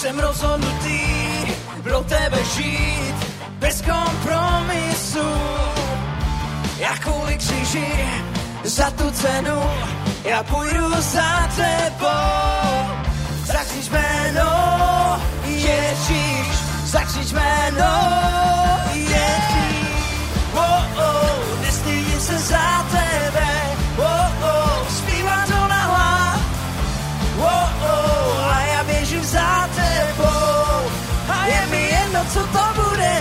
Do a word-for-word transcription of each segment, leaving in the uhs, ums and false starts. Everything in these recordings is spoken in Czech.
Jsem rozhodnutý pro tebe žít bez kompromisu. Já kvůli kříži za tu cenu, já půjdu za tebou. Zakřič jméno Ježíš, zakřič jméno Ježíš. Oh, oh, nestydím se za tebe, oh, oh, zpívám to na hlas. Oh, oh, a já běžím za tebou a je mi jedno, co to bude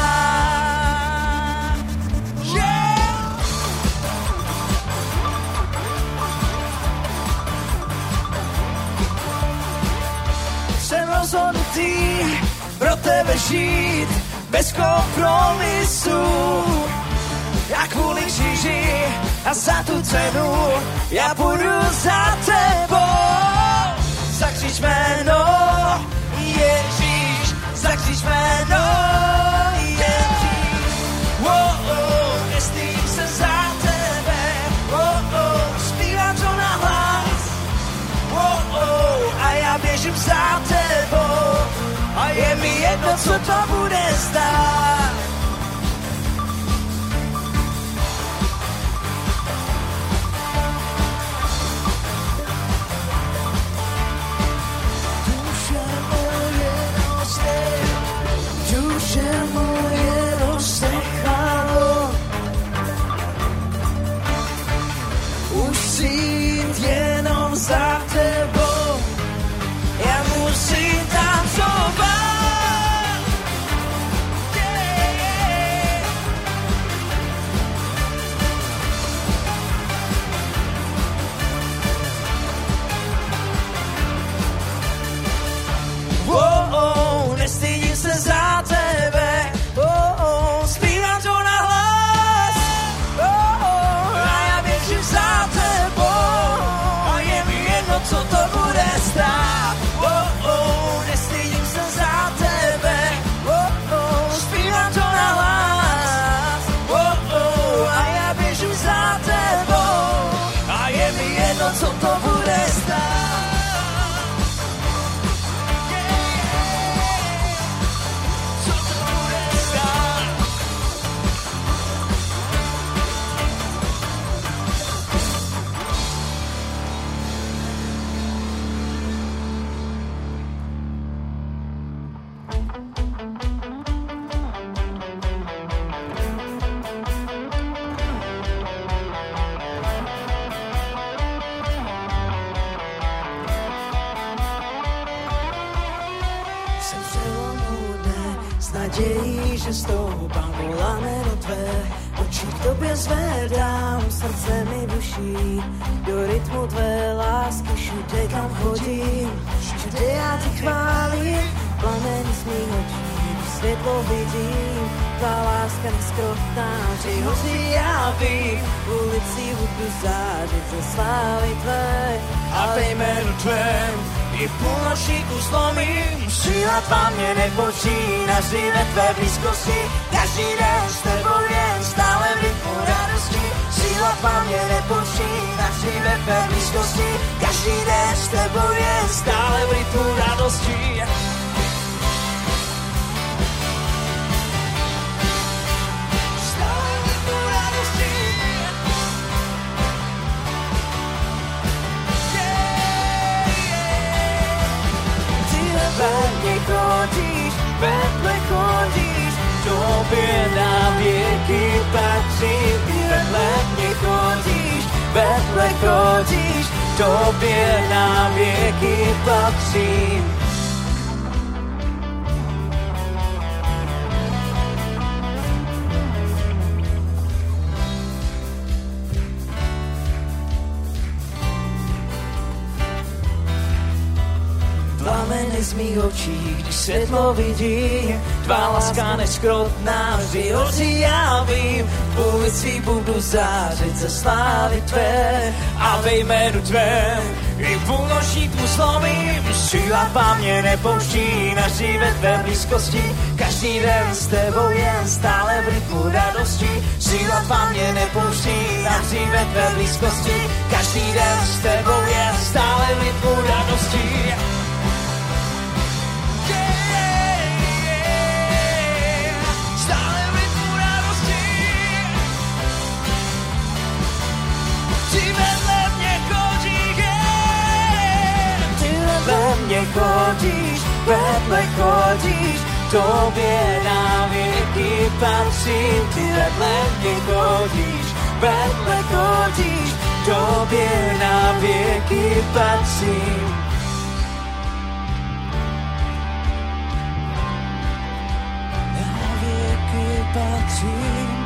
stát. Yeah. Jsem rozhodnutý pro tebe žít bez kompromisu. Já kvůli kříži a za tu cenu já půjdu za tebou. Zakřič jméno Ježíš, zakřič jméno Ježíš. Oh, oh, nestydím se za tebe, oh, oh, zpívám to na hlas. Oh, oh, a já běžím za tebou a je mi jedno, co to bude stát. Duše moje rozsechalo, už chci jít jenom za tebou, já musím tancovat. Yeah. Oh, oh, nestydím se za tebe, oh, oh, zpívám to na hlas. Oh, oh, a já běžím za tebou a je mi jedno, co to bude stát. Oh, oh, nestydím se za tebe, oh, oh, zpívám to na hlas. Oh, oh, a já běžím za tebou a je mi jedno, co to bude stát. Nadějí, že stoupám, voláme do tvé oči, k tobě zvedám, srdce mi buší, do rytmu tvé lásky, všude kam chodím, všude já ti chválím, plamen z mých očí, světlo vidím, tvá láska neskrotná, že hoří já vím, ulici budu zářit ze slávy tvé a ve jménu tvém. I v půlnoční tu zlomím, síla tvá mě nepočíná, žij ve tvé blízkosti, každý den s tebou jen stále v rytmu radosti. Síla tvá mě nepočíná, žij ve tvé blízkosti, každý den s tebou jen stále v rytmu radosti. Vedle chodíš, vedle chodíš, tobě na věky patřím. Vedle mě chodíš, vedle chodíš, tobě na věky patřím. Plameny z mých očí, když světlo vidím, tvá láska neskrotná, vždy hoří já vím, v ulici budu zářit ze slávy tvé a ve jménu tvém. I půlnoční tu zlomím, síla tvá mě nepouští, nažij ve tvé blízkosti, každý den s tebou jen stále v rytmu radosti. Síla tvá mě nepouští, nažij ve tvé blízkosti, každý den s tebou jen stále v rytmu radosti. chodíš, vedle chodíš, tobě na věky patřím, ty vedle mě chodíš, vedle chodíš, tobě na věky patřím. Na věky patřím.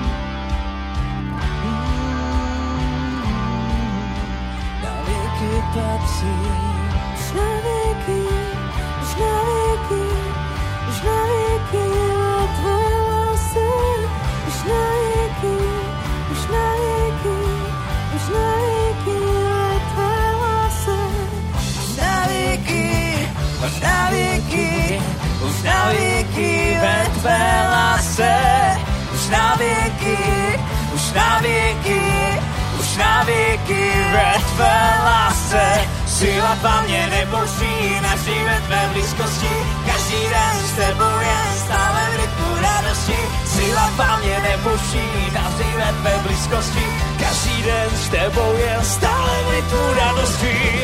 Patřím. Už na věky, už na věky, už na věky je tvé lásce. Už na věky, už na věky, už na věky je tvé lásce. Už na věky, už na věky, už na věky ve tvé lásce. Už na věky, už na věky, už na věky ve tvé lásce. Síla tvá mě neboří, navždy ve tvé blízkosti. Každý den s tebou je stále v rytmu radosti. Síla tvá mě neboří, navždy ve tvé blízkosti. Každý den s tebou je stále v rytmu radosti.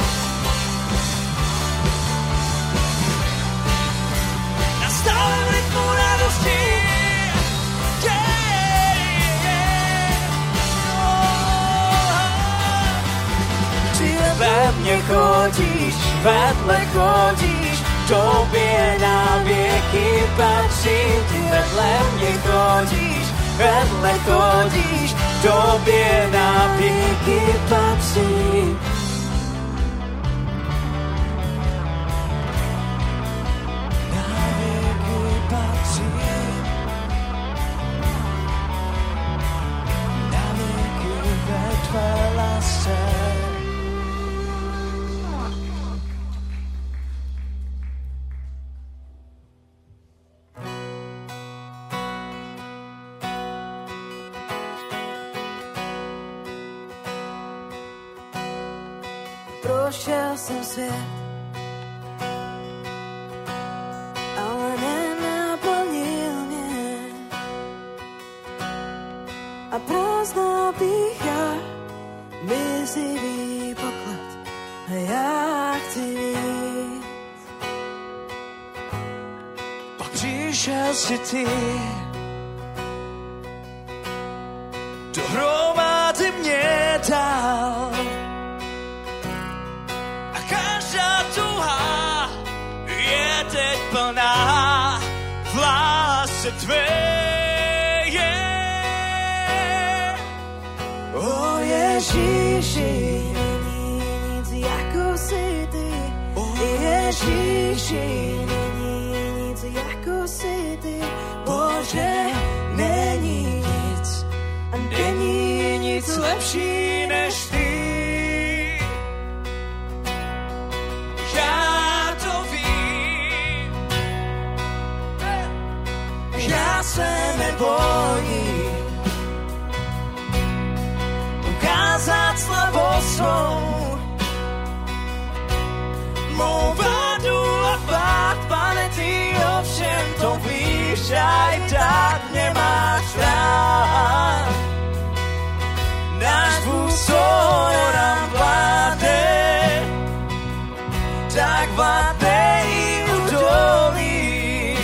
A stále v rytmu radosti. Ve mně chodíš, vedle chodíš, tobě na věky patřím. Ty vedle mě chodíš, vedle chodíš, tobě na věky patřím. Na věky patřím. Na věky ve tvé lásce. Prošel jsem svět, ale nenaplnil mě. A prázdná pýcha, mizivý poklad, a já chci víc. Pak přišel si ty, dohromady mě dal. Je teď plná v lásce tvé. O Ježíši, není nic jako jsi ty. O Ježíši, není nic jako jsi ty. Bože, není nic a není nic lepší než ty. Já se nebojím ukázat slavost svou, mou vládu a pád, Pane, ty ovšem to víš a i tak mě máš rád. Náš Bůh, co nám vládne, tak vládne i udolí.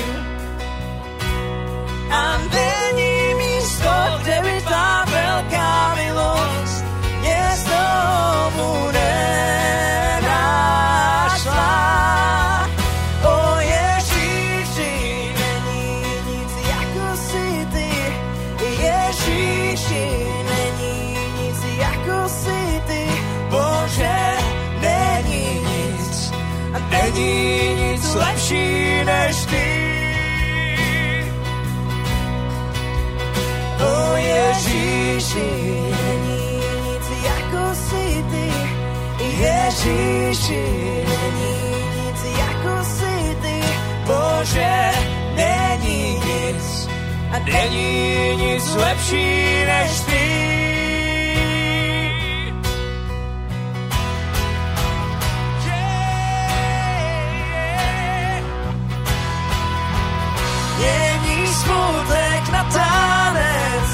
A není místo, kde by ta velká milost mě znovu nenašla. O Ježíši, není nic jako jsi ty. Ježíši, není nic jako jsi ty. Bože, není nic a není nic lepší než ty. O Ježíši, není nic jako jsi ty. Ježíši, není nic jako jsi ty. Bože, není nic a není nic lepší než ty. Není smutek na tanec,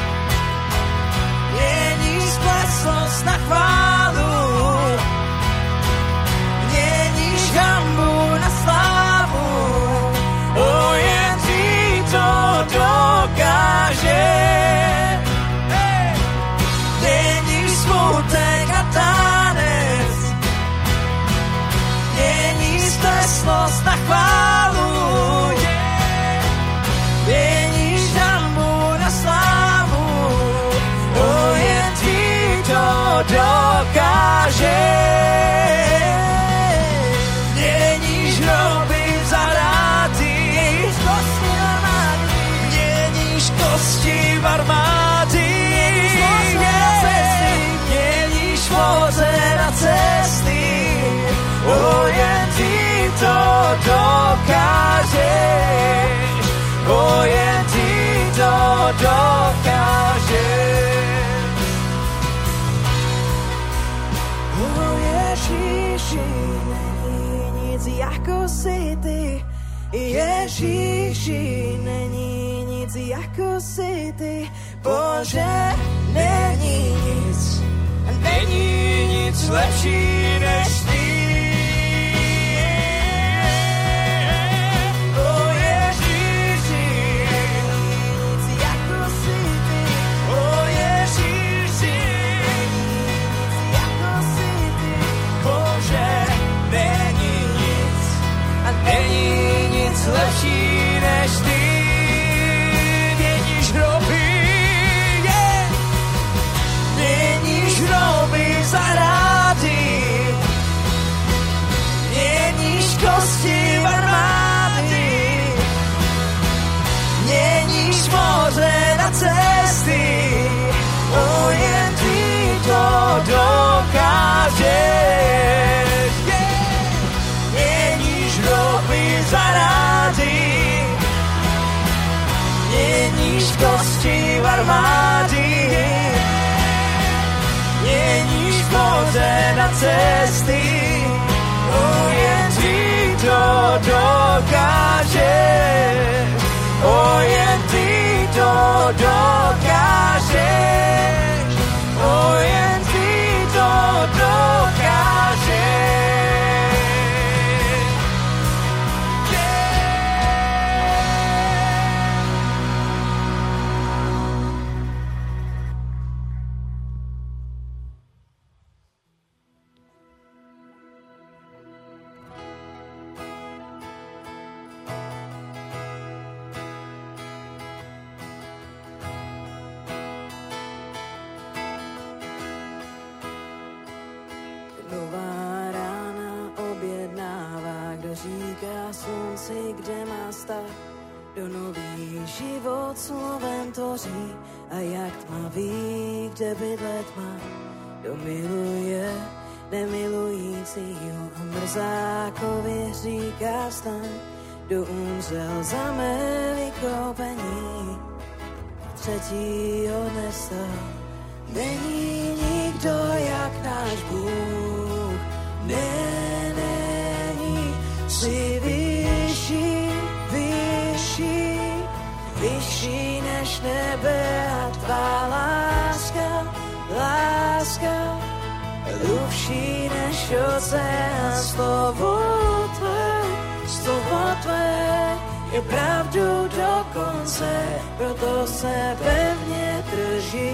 není spleslost na chválu, není hambu jako si ty. Ježíši, není nic jako si ty. Bože, není nic, není nic lepší než ty. Není nic lepší než ty, měníš hroby, yeah. Měníš hroby za rády, měníš kosti v armády, měníš moře na cesty, o jen ty to dokážeš, yeah. Měníš hroby za rády, měníš kosti v armády, měníš moře na cesty, o jen ty to dokážeš, o jen ty to dokážeš, o jen ty to dokážeš. Kde má stát, do nový život slovem tvoří a jak tma ví, kde bydlet má, kdo miluje nemilujícího a mrzákovi říká vstaň, kdo umřel za mé vykoupení a třetího dne stal. Není nikdo jak náš Bůh, ne, není si vyšší, vyšší, vyšší než nebe a tvá láska, láska, hlubší než oceán. Slovo tvé, slovo tvé je pravdou do konce, proto se pevně drží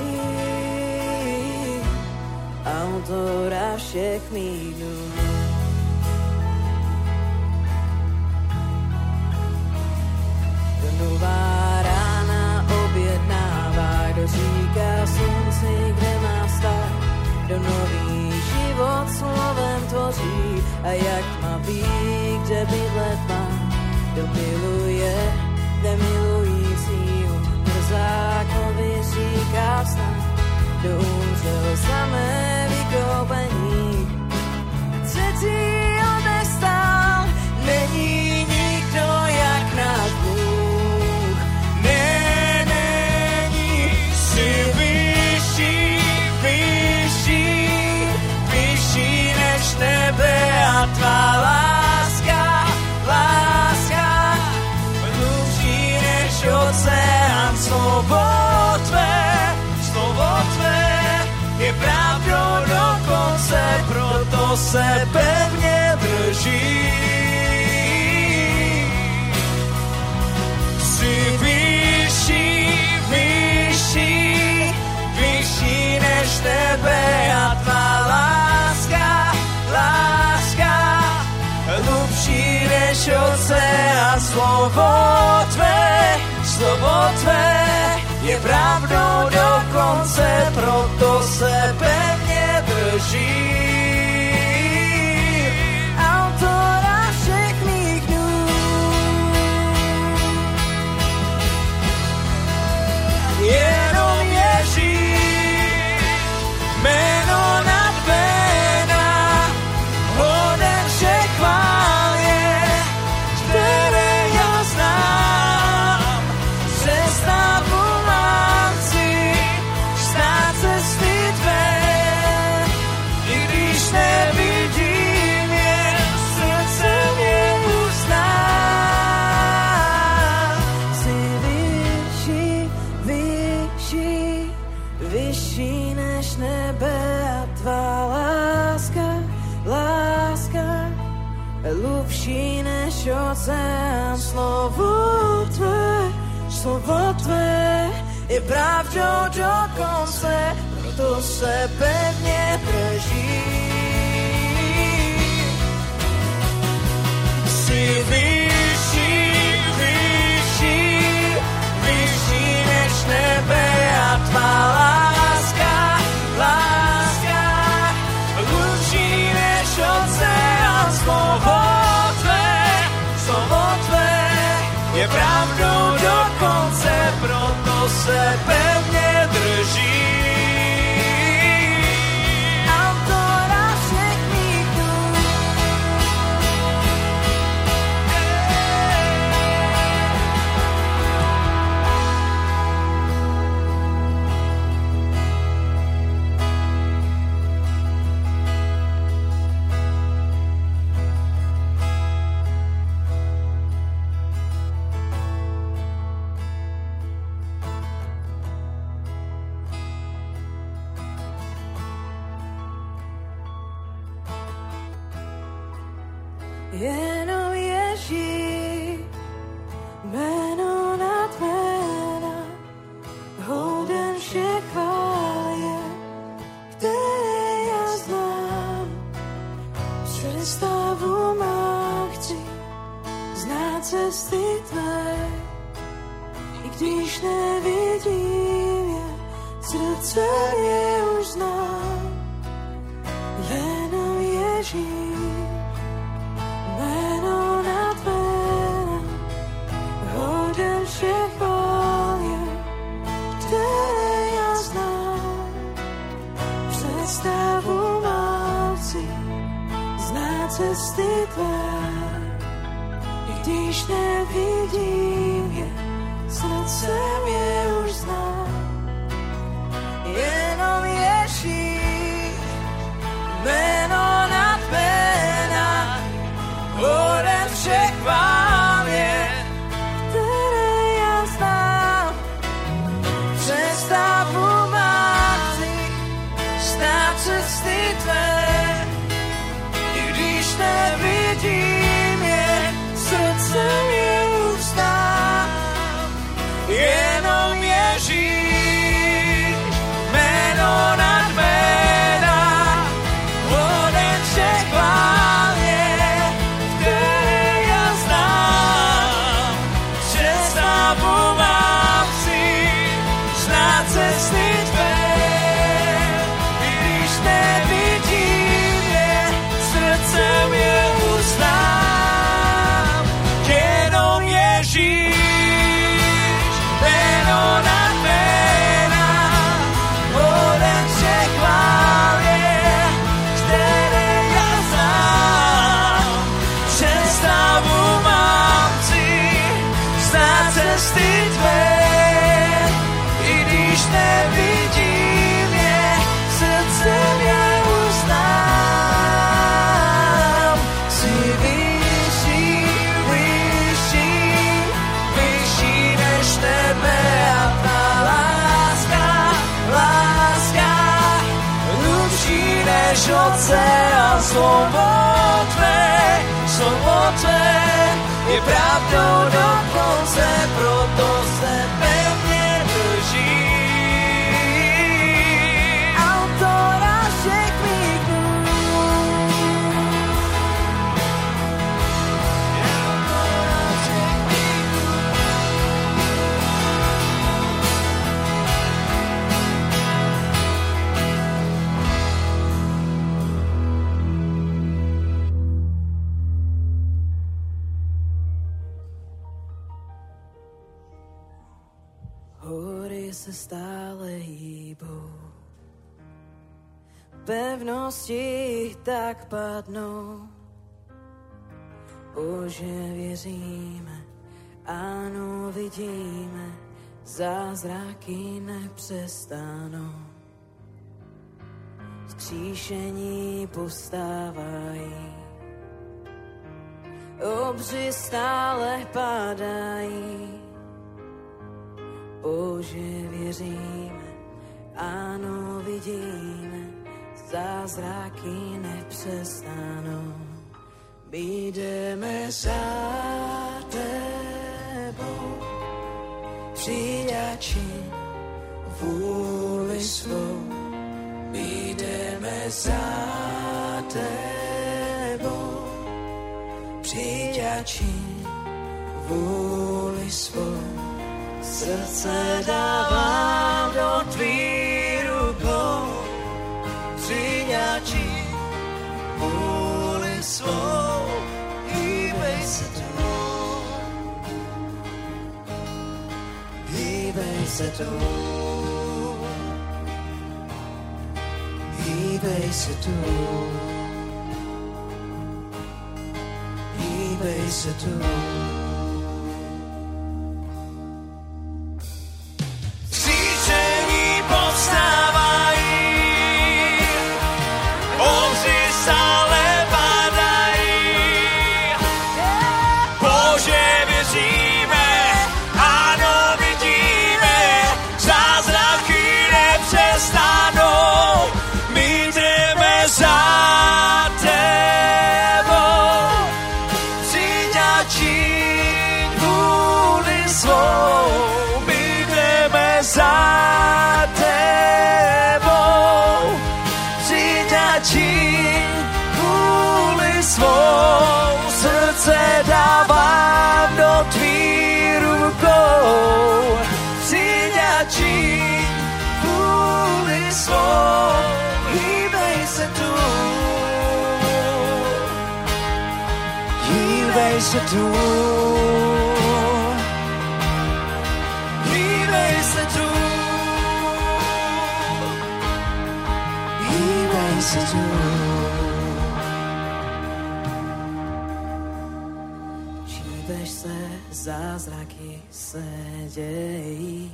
autora všech mých dnů. Nová rána objednává, kdo říká slunci, kde má stát, kdo nový život slovem tvoří a jak tma ví, kde bydlet má, kdo miluje nemilujícího, mrzákovi říká vstaň, kdo umřel za mé vykoupení a třetího dne stál. Není nikdo jak náš Bůh, nebe a tvá láska, láska, hlubší než oceán. Slovo tvé, slovo tvé je pravdou do konce, proto se pevně drží. Jsi vyšší, vyšší, vyšší než nebe a tvá láska, láska, hlubší než oceán. Slovo tvé, slovo tvé je pravdou do konce, proto se pevně drží autora všech mých dnů. Jenom Ježíš, jméno nad jména, hoden všech chvál je, které já znám. Cesta volám si, stát cesty tvé, i když oceán, slovo tvé, slovo tvé je pravdou do konce, proto se pevně drží. Jsi vyšší, vyšší, vyšší než nebe a tvá láska, láska, hlubší než oceán, slovo tvé, slovo tvé je pravdou do konce, proto se pevně drží. Autora všech mých dnů. Jenom Ježíš, jméno nad jména, hoden všech chvál je, které já znám. Představu mám, chci znát cesty tvé, i když nevidím je, srdce je už znám. Jenom Ježíš, jméno nad jména, hoden všech chvál je, které já znám. Představu mám, chci znát cesty tvé, i když nevidím je, srdcem je už znám. Jenom Ježíš, jméno nad jména, hoden všech chvál je, které já znám. Představu mám, chci znát cesty tvé, i když nevidím je, srdcem je už znám. Jenom Ježíš, jméno nad jména, hoden všech chvál je, které já znám. Představu mám, chci znát cesty tvé, i když nevidím je, srdcem je už znám. Jenom Ježíš, jméno nad jména, hoden všech chvál je, které já znám. Představu mám, chci znát cesty tvé, i když nevidím je, srdcem je už znám. Jsi vyšší, vyšší, vyšší než nebe a tvá láska, láska, hlubší než oceán, slovo tvé, slovo tvé je pravdou do konce, proto se pevně drží. Autora všech mých dnů. Autora všech mých dnů. Hory se stále hýbou, pevnosti tak padnou. Bože, věříme, ano, vidíme, zázraky nepřestanou. Vzkříšení postávají, obři stále padají. Bože, věříme, ano, vidíme, zázraky nepřestanou. My jdeme sám. přijď a čiň vůli svou, my jdeme za tebou. Přijď a čiň vůli svou, srdce dávám do tvých rukou. Přijď a čiň vůli svou, hýbej se tu, hýbej se tu, hýbej se tu, hýbej se tu. Křičení povstávají, obři stále padají. Bože, věříme, ano, vidíme, zázraky nepřestanou. My jdeme za tebou. Přijď a čiň vůli svou, my jdeme za tebou. Přijď a čiň vůli svou, srdce dávám do tvých rukou. Přijď a čiň vůli svou, hýbej se tu, hýbej se tu, hýbej se tu, hýbej se tu. Hýbeš se, zázraky se dějí,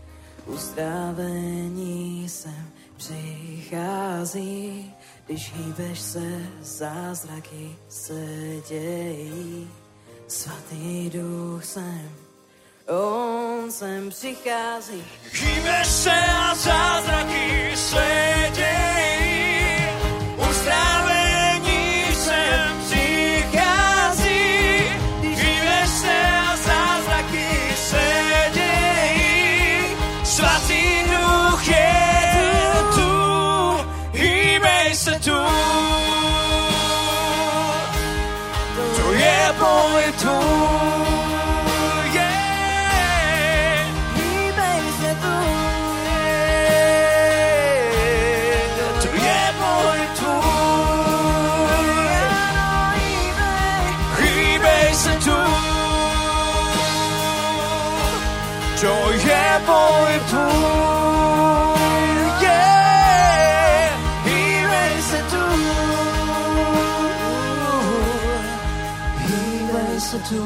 uzdravení sem přichází. Když hýbeš se, zázraky se dějí, svatý duch sem, on sem přichází. Hýbeš se a zázraky se dějí, uzdravení sem přichází. Hýbeš se a zázraky se dějí, svatý duch je tu, hýbej se tu. To je boj tu. To je boj tu, yeah. Hýbej se tu, hýbej se tu.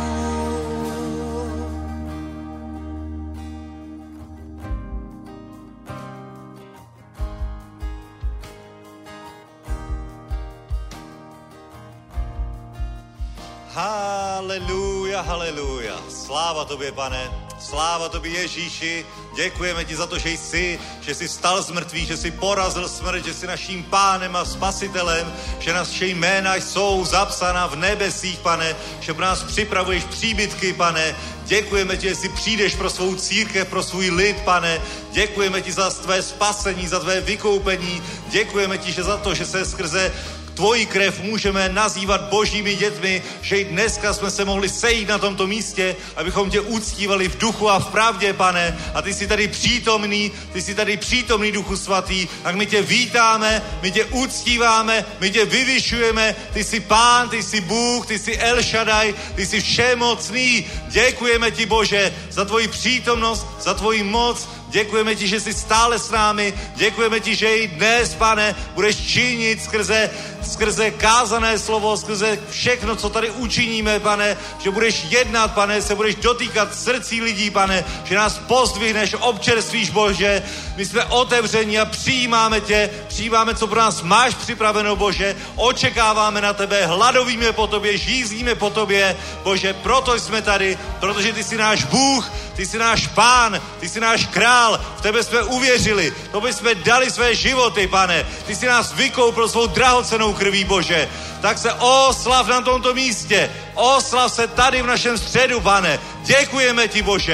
Haleluja, haleluja. Sláva tobě, Pane. Sláva tobě, Ježíši. Děkujeme ti za to, že jsi, že jsi vstal z mrtvých, že jsi porazil smrt, že jsi naším pánem a spasitelem, že naše jména jsou zapsána v nebesích, Pane, že pro nás připravuješ příbytky, Pane. Děkujeme ti, že jsi přijdeš pro svou církev, pro svůj lid, Pane. Děkujeme ti za tvé spasení, za tvé vykoupení. Děkujeme ti, že za to, že se skrze tvoji krev můžeme nazývat božími dětmi, že i dneska jsme se mohli sejít na tomto místě, abychom tě uctívali v duchu a v pravdě, Pane. A ty jsi tady přítomný, ty jsi tady přítomný, Duchu svatý, tak my tě vítáme, my tě uctíváme, my tě vyvyšujeme, ty jsi Pán, ty jsi Bůh, ty jsi El Shaddai, ty jsi všemocný. Děkujeme ti, Bože, za tvoji přítomnost, za tvoji moc. Děkujeme ti, že jsi stále s námi. Děkujeme ti, že i dnes, Pane, budeš činit skrze, skrze kázané slovo, skrze všechno, co tady učiníme, Pane, že budeš jednat, Pane, se budeš dotýkat srdcí lidí, Pane, že nás pozdvihneš, občerstvíš, Bože. My jsme otevření a přijímáme tě, přijímáme, co pro nás máš připraveno, Bože. Očekáváme na tebe, hladovíme po tobě, žízníme po tobě, Bože. Proto jsme tady, protože ty jsi náš Bůh, ty jsi náš Pán, ty jsi náš král. V tebe jsme uvěřili, tobě jsme dali své životy, Pane. Ty jsi nás vykoupil svou drahocennou krví, Bože. Tak se oslav na tomto místě. Oslav se tady v našem středu, Pane. Děkujeme ti, Bože.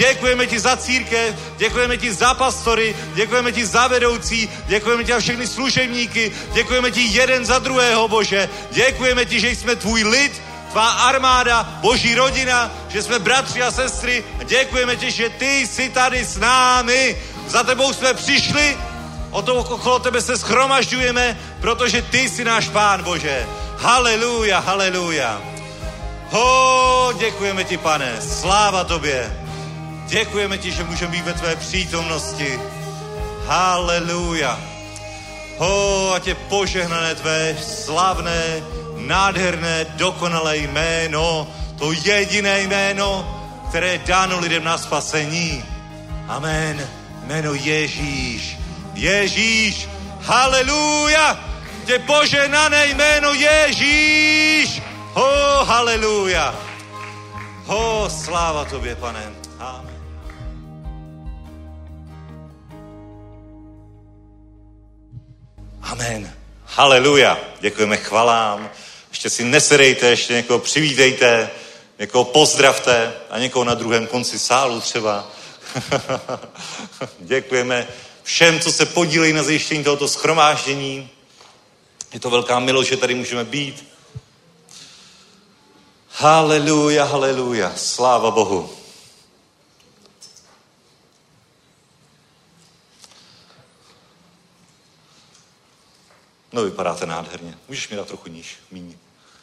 Děkujeme ti za církev, děkujeme ti za pastory, děkujeme ti za vedoucí, děkujeme ti za všechny služebníky, děkujeme ti jeden za druhého, Bože. Děkujeme ti, že jsme tvůj lid, tvá armáda, boží rodina, že jsme bratři a sestry. Děkujeme ti, že ty jsi tady s námi. Za tebou jsme přišli, o to okolo tebe se shromažďujeme, protože ty jsi náš Pán, Bože. Haleluja, haleluja. Ho, děkujeme ti, Pane, sláva tobě. Děkujeme ti, že můžeme být ve tvé přítomnosti. Haleluja. Ho, ať je požehnané tvé slavné, nádherné, dokonalé jméno, to jediné jméno, které je dáno lidem na spasení. Amen. Jméno Ježíš. Ježíš. Haleluja. Tě požehnané jméno Ježíš. Ho, haleluja. Ho, sláva tobě, Pane. Amen. Amen. Haleluja. Děkujeme, chvalám. Ještě si nesedejte, ještě někoho přivítejte, někoho pozdravte a někoho na druhém konci sálu třeba. Děkujeme všem, co se podílejí na zajištění tohoto shromáždění. Je to velká milost, že tady můžeme být. Haleluja, haleluja. Sláva Bohu. No, vypadáte nádherně. Můžeš mi dát trochu níž, míň.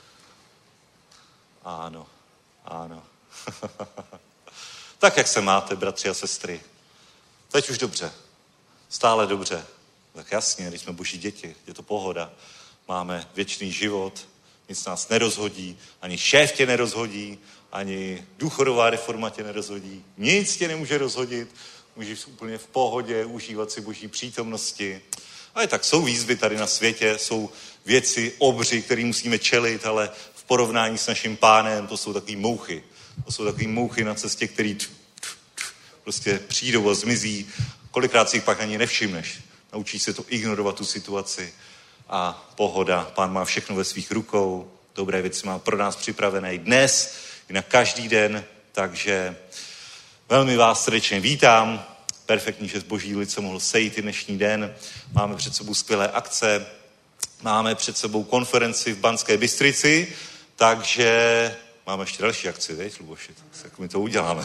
Ano, ano. Tak, jak se máte, bratři a sestry? Teď už dobře. Stále dobře. Tak jasně, když jsme boží děti, je to pohoda. Máme věčný život, nic nás nerozhodí, ani šéf tě nerozhodí, ani důchodová reforma tě nerozhodí. Nic tě nemůže rozhodit. Můžeš úplně v pohodě užívat si boží přítomnosti. Ale tak jsou výzvy tady na světě, jsou věci, obři, které musíme čelit, ale v porovnání s naším Pánem to jsou takový mouchy. To jsou takový mouchy na cestě, který t, t, t, prostě přijdou a zmizí. Kolikrát si jich pak ani nevšimneš. Naučíš se to ignorovat, tu situaci. A pohoda, Pán má všechno ve svých rukou. Dobré věci má pro nás připravené i dnes, i na každý den. Takže velmi vás srdečně vítám. Perfektní, že z boží lid se mohl sejít i dnešní den. Máme před sebou skvělé akce. Máme před sebou konferenci v Banské Bystrici, takže máme ještě další akci, veď, Luboši? Tak my to uděláme.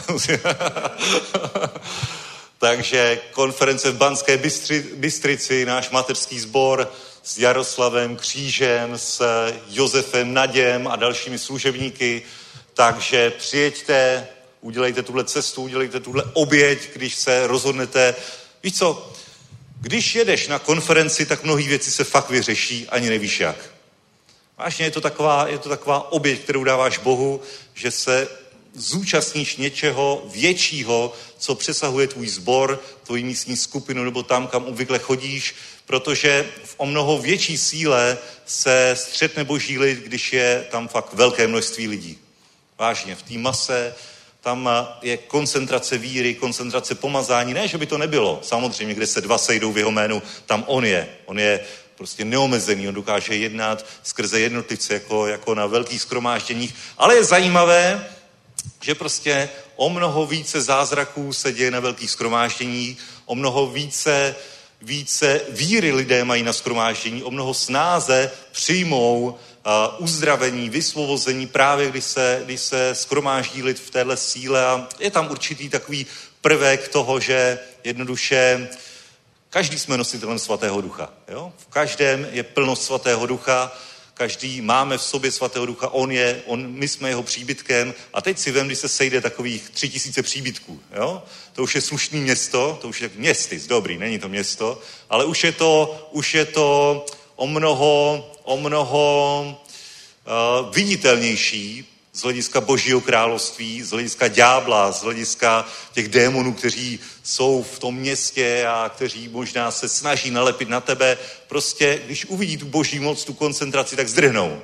Takže konference v Banské Bystri, Bystrici, náš mateřský sbor s Jaroslavem Křížem, s Josefem Naděm a dalšími služebníky. Takže přijeďte, udělejte tuhle cestu, udělejte tuhle oběť, když se rozhodnete. Víš co, když jedeš na konferenci, tak mnohé věci se fakt vyřeší, ani nevíš jak. Vážně je to taková, je to taková oběť, kterou dáváš Bohu, že se zúčastníš něčeho většího, co přesahuje tvůj sbor, tvoji místní skupinu nebo tam, kam obvykle chodíš, protože v o mnoho větší síle se střetne boží lid, když je tam fakt velké množství lidí. Vážně, v té mase tam je koncentrace víry, koncentrace pomazání. Ne, že by to nebylo. Samozřejmě, kde se dva sejdou v jeho jménu, tam on je. On je prostě neomezený, on dokáže jednat skrze jednotlivce jako, jako na velkých shromážděních. Ale je zajímavé, že prostě o mnoho více zázraků se děje na velkých shromážděních, o mnoho více, více víry lidé mají na shromáždění, o mnoho snáze přijmou Uh, uzdravení, vysvobození právě, když se, když se shromáždí lid v téhle síle a je tam určitý takový prvek toho, že jednoduše každý jsme nositelem svatého ducha. Jo? V každém je plnost svatého ducha, každý máme v sobě svatého ducha, on je, on, my jsme jeho příbytkem a teď si vem, když se sejde takových tři tisíce příbytků. Jo? To už je slušný město, to už je městys, dobrý, není to město, ale už je to, už je to o mnoho o mnoho uh, viditelnější z hlediska Božího království, z hlediska ďábla, z hlediska těch démonů, kteří jsou v tom městě a kteří možná se snaží nalepit na tebe. Prostě, když uvidí tu Boží moc, tu koncentraci, tak zdrhnou.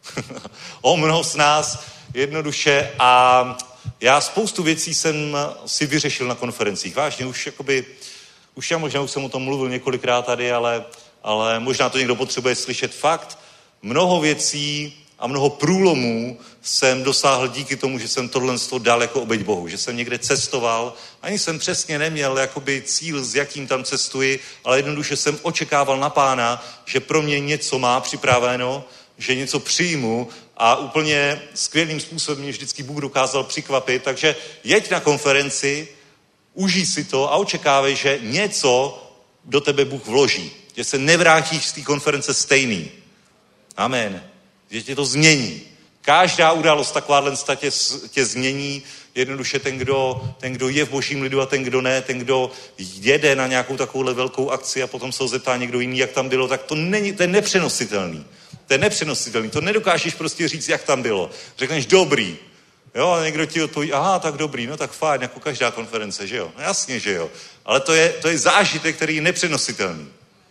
O mnoho z nás jednoduše a já spoustu věcí jsem si vyřešil na konferencích. Vážně, už jakoby, už já možná už jsem o tom mluvil několikrát tady, ale ale možná to někdo potřebuje slyšet fakt. Mnoho věcí a mnoho průlomů jsem dosáhl díky tomu, že jsem tohle dal jako oběť Bohu, že jsem někde cestoval, ani jsem přesně neměl jakoby cíl, s jakým tam cestuji, ale jednoduše jsem očekával na Pána, že pro mě něco má připraveno, že něco přijmu a úplně skvělým způsobem mě vždycky Bůh dokázal překvapit, takže jeď na konferenci, užij si to a očekávej, že něco do tebe Bůh vloží, že se nevrátíš z té konference stejný. Amen. Že tě to změní. Každá událost takováhle tě, tě změní. Jednoduše ten kdo, ten, kdo je v božím lidu a ten, kdo ne, ten, kdo jede na nějakou takovouhle velkou akci a potom se ho zeptá někdo jiný, jak tam bylo, tak to, není, to je nepřenositelný. To je nepřenositelný. To nedokážeš prostě říct, jak tam bylo. Řekneš dobrý. Jo, a někdo ti odpoví, aha, tak dobrý, no tak fajn, jako každá konference, že jo? No jasně, že jo. Ale to je, to je zážitek, který je nepřenositelný.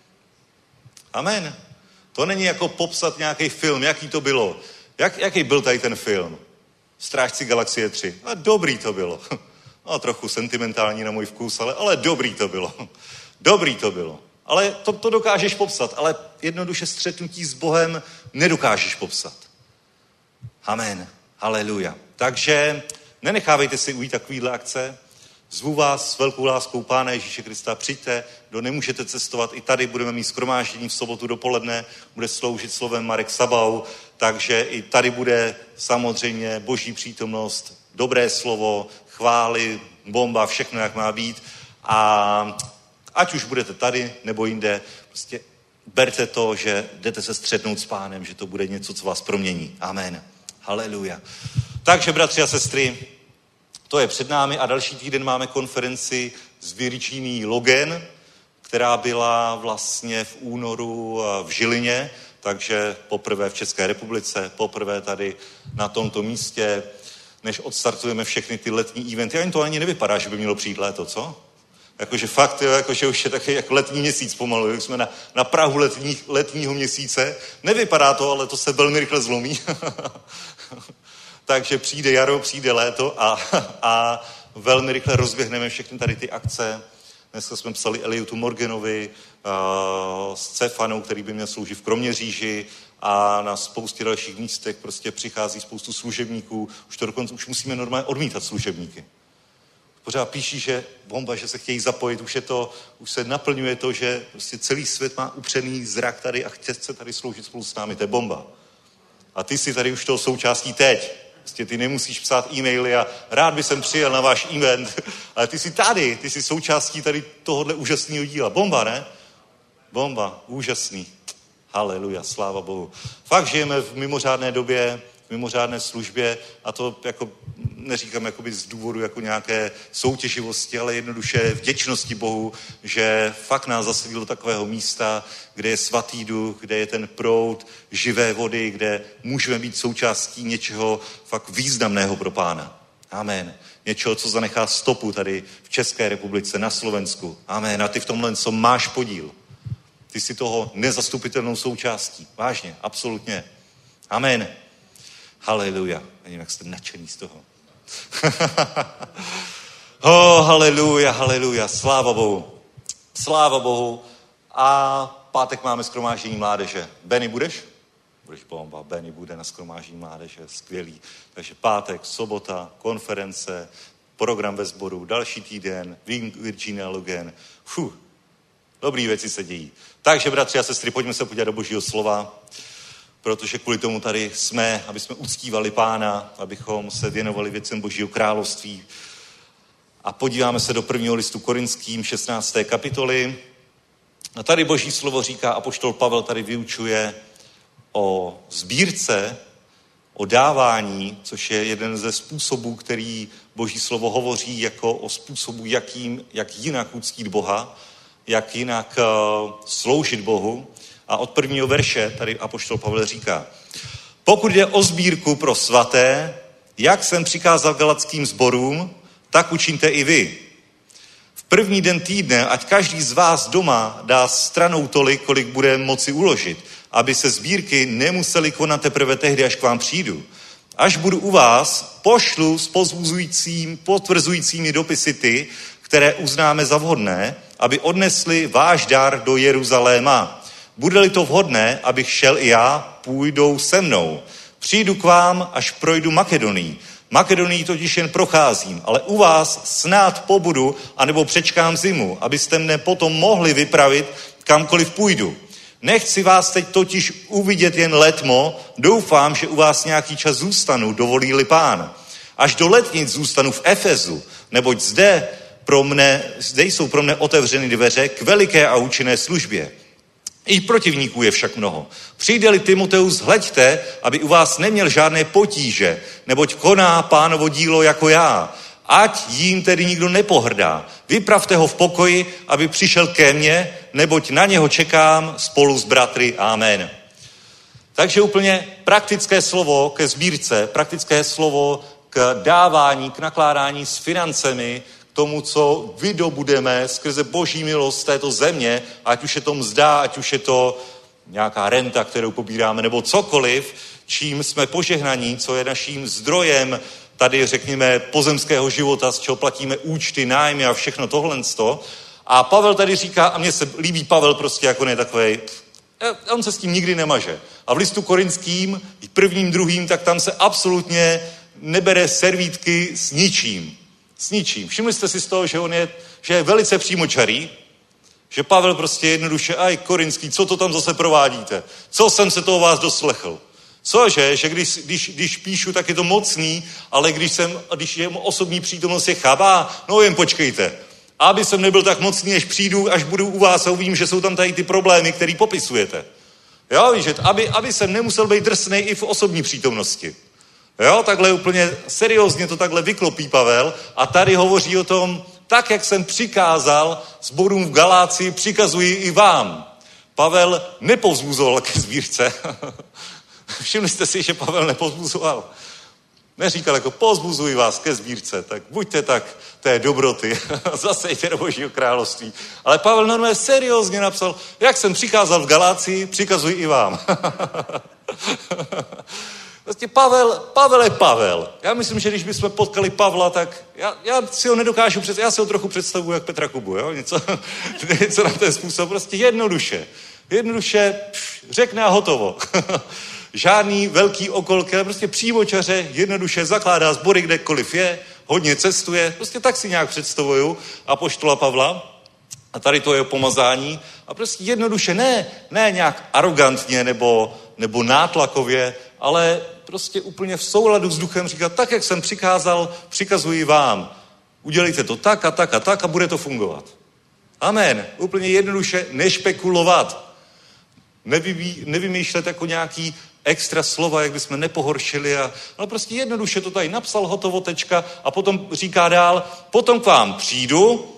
Amen. To není jako popsat nějaký film, jaký to bylo. Jak, jaký byl tady ten film? Strážci galaxie tři. A dobrý to bylo. No, trochu sentimentální na můj vkus, ale, ale dobrý to bylo. Dobrý to bylo. Ale to, to dokážeš popsat, ale jednoduše střetnutí s Bohem nedokážeš popsat. Amen. Haleluja. Takže nenechávejte si ujít takovýhle akce. Zvu vás s velkou láskou Pána Ježíše Krista, přijďte, kdo nemůžete cestovat, i tady budeme mít shromáždění v sobotu dopoledne, bude sloužit slovem Marek Sabau, takže i tady bude samozřejmě boží přítomnost, dobré slovo, chvály, bomba, všechno, jak má být. A ať už budete tady nebo jinde, prostě berte to, že jdete se střetnout s Pánem, že to bude něco, co vás promění. Amen. Haleluja. Takže, bratři a sestry, to je před námi a další týden máme konferenci s Virginie Logan, která byla vlastně v únoru v Žilině, takže poprvé v České republice, poprvé tady na tomto místě, než odstartujeme všechny ty letní eventy. Ani to ani nevypadá, že by mělo přijít léto, co? Jakože fakt, jo, jakože už je taky jako letní měsíc pomalu, jak jsme na, na prahu letní, letního měsíce. Nevypadá to, ale to se velmi rychle zlomí. Takže přijde jaro, přijde léto a, a velmi rychle rozběhneme všechny tady ty akce. Dneska jsme psali Eliutu Morganovi uh, s Cefanou, který by měl sloužit v Kroměříži a na spoustě dalších místech prostě přichází spoustu služebníků. Už to dokonce už musíme normálně odmítat služebníky. Pořád píší, že bomba, že se chtějí zapojit, už je to, už se naplňuje to, že prostě celý svět má upřený zrak tady a chce tady sloužit spolu s námi. To je bomba. A ty jsi tady už toho součástí teď. Prostě ty nemusíš psát e-maily a rád by jsem přijel na váš event, ale ty jsi tady, ty jsi součástí tady tohohle úžasného díla. Bomba, ne? Bomba, úžasný. Haleluja, sláva Bohu. Fakt žijeme v mimořádné době, v mimořádné službě a to jako neříkám jakoby z důvodu jako nějaké soutěživosti, ale jednoduše vděčnosti Bohu, že fakt nás zasadil do takového místa, kde je svatý duch, kde je ten proud živé vody, kde můžeme být součástí něčeho fakt významného pro Pána. Amen. Něčeho, co zanechá stopu tady v České republice, na Slovensku. Amen. A ty v tomhle co máš podíl. Ty jsi toho nezastupitelnou součástí. Vážně, absolutně. Amen. Haleluja. Nevím, jak jste nadšený z toho. oh, haleluja, haleluja. Sláva Bohu. Sláva Bohu. A pátek máme shromáždění mládeže. Benny, budeš? Budeš bomba. Benny bude na shromáždění mládeže. Skvělý. Takže pátek, sobota, konference, program ve sboru, další týden, Virginia Logan. Fuh. Dobrý věci se dějí. Takže, bratři a sestry, pojďme se podívat do Božího slova, protože kvůli tomu tady jsme, aby jsme uctívali Pána, abychom se věnovali věcem Božího království. A podíváme se do prvního listu Korinským, šestnácté kapitoly. A tady Boží slovo říká, apoštol Pavel tady vyučuje o sbírce, o dávání, což je jeden ze způsobů, který Boží slovo hovoří jako o způsobu, jakým, jak jinak uctít Boha, jak jinak uh, sloužit Bohu. A od prvního verše tady apoštol Pavel říká, pokud jde o sbírku pro svaté, jak jsem přikázal galackým sborům, tak učiňte i vy. V první den týdne, ať každý z vás doma dá stranou tolik, kolik bude moci uložit, aby se sbírky nemuseli konat teprve tehdy, až k vám přijdu. Až budu u vás, pošlu s pozbuzujícím, potvrzujícími dopisy ty, které uznáme za vhodné, aby odnesli váš dar do Jeruzaléma. Bude-li to vhodné, abych šel i já, půjdou se mnou. Přijdu k vám, až projdu Makedonii. Makedonii totiž jen procházím, ale u vás snad pobudu, anebo přečkám zimu, abyste mne potom mohli vypravit, kamkoliv půjdu. Nechci vás teď totiž uvidět jen letmo, doufám, že u vás nějaký čas zůstanu, dovolí-li Pán. Až do letnic zůstanu v Efezu, neboť zde, pro mne, zde jsou pro mne otevřeny dveře k veliké a účinné službě. I protivníků je však mnoho. Přijde-li Timoteus, hleďte, aby u vás neměl žádné potíže, neboť koná Pánovo dílo jako já. Ať jím tedy nikdo nepohrdá. Vypravte ho v pokoji, aby přišel ke mně, neboť na něho čekám spolu s bratry. Amen. Takže úplně praktické slovo ke sbírce, praktické slovo k dávání, k nakládání s financemi, k tomu, co vydobudeme skrze boží milost této země, ať už je to mzda, ať už je to nějaká renta, kterou pobíráme, nebo cokoliv, čím jsme požehnaní, co je naším zdrojem tady, řekněme, pozemského života, z čeho platíme účty, nájmy a všechno tohle. A Pavel tady říká, a mně se líbí Pavel prostě, jako ne takovej, on se s tím nikdy nemaže. A v listu korinským, prvním, druhým, tak tam se absolutně nebere servítky s ničím. S ničím. Všimli jste si z toho, že on je, že je velice přímočarý, že Pavel prostě jednoduše, aj korinský, co to tam zase provádíte? Co jsem se to o vás doslechl? Cože, že když, když, když píšu, tak je to mocný, ale když, jsem, když je osobní přítomnost je chabá, no jen počkejte. Aby jsem nebyl tak mocný, až přijdu, až budu u vás a uvidím, že jsou tam tady ty problémy, které popisujete. Jo, víš, aby, aby jsem nemusel být drsnej i v osobní přítomnosti. Jo, takhle úplně seriózně to takhle vyklopí Pavel a tady hovoří o tom, tak, jak jsem přikázal sborům v Galácii, přikazuji i vám. Pavel nepovzbuzoval ke sbírce. Všimli jste si, že Pavel nepovzbuzoval. Neříkal jako povzbuzuji vás ke sbírce, tak buďte tak té dobroty, zasejte do Božího království. Ale Pavel normálně seriózně napsal, jak jsem přikázal v Galácii, přikazuji i vám. Vlastně Pavel, Pavel je Pavel. Já myslím, že když bychom potkali Pavla, tak já, já si ho nedokážu představit, já si ho trochu představuji jak Petra Kubu, jo? Něco, něco na ten způsob, prostě jednoduše. Jednoduše pš, řekne a hotovo. Žádný velký okolky, ale prostě přímočaře jednoduše zakládá sbory kdekoliv je, hodně cestuje, prostě tak si nějak představuju apoštola Pavla. A tady to je pomazání. A prostě jednoduše, ne, ne nějak arrogantně nebo, nebo nátlakově, ale prostě úplně v souladu s duchem říkat, tak, jak jsem přikázal, přikazuji vám. Udělejte to tak a tak a tak a bude to fungovat. Amen. Úplně jednoduše nešpekulovat. Nevy, nevymýšlet jako nějaký extra slova, jak bychom nepohoršili, a, ale prostě jednoduše to tady napsal, hotovo, tečka, a potom říká dál, potom k vám přijdu,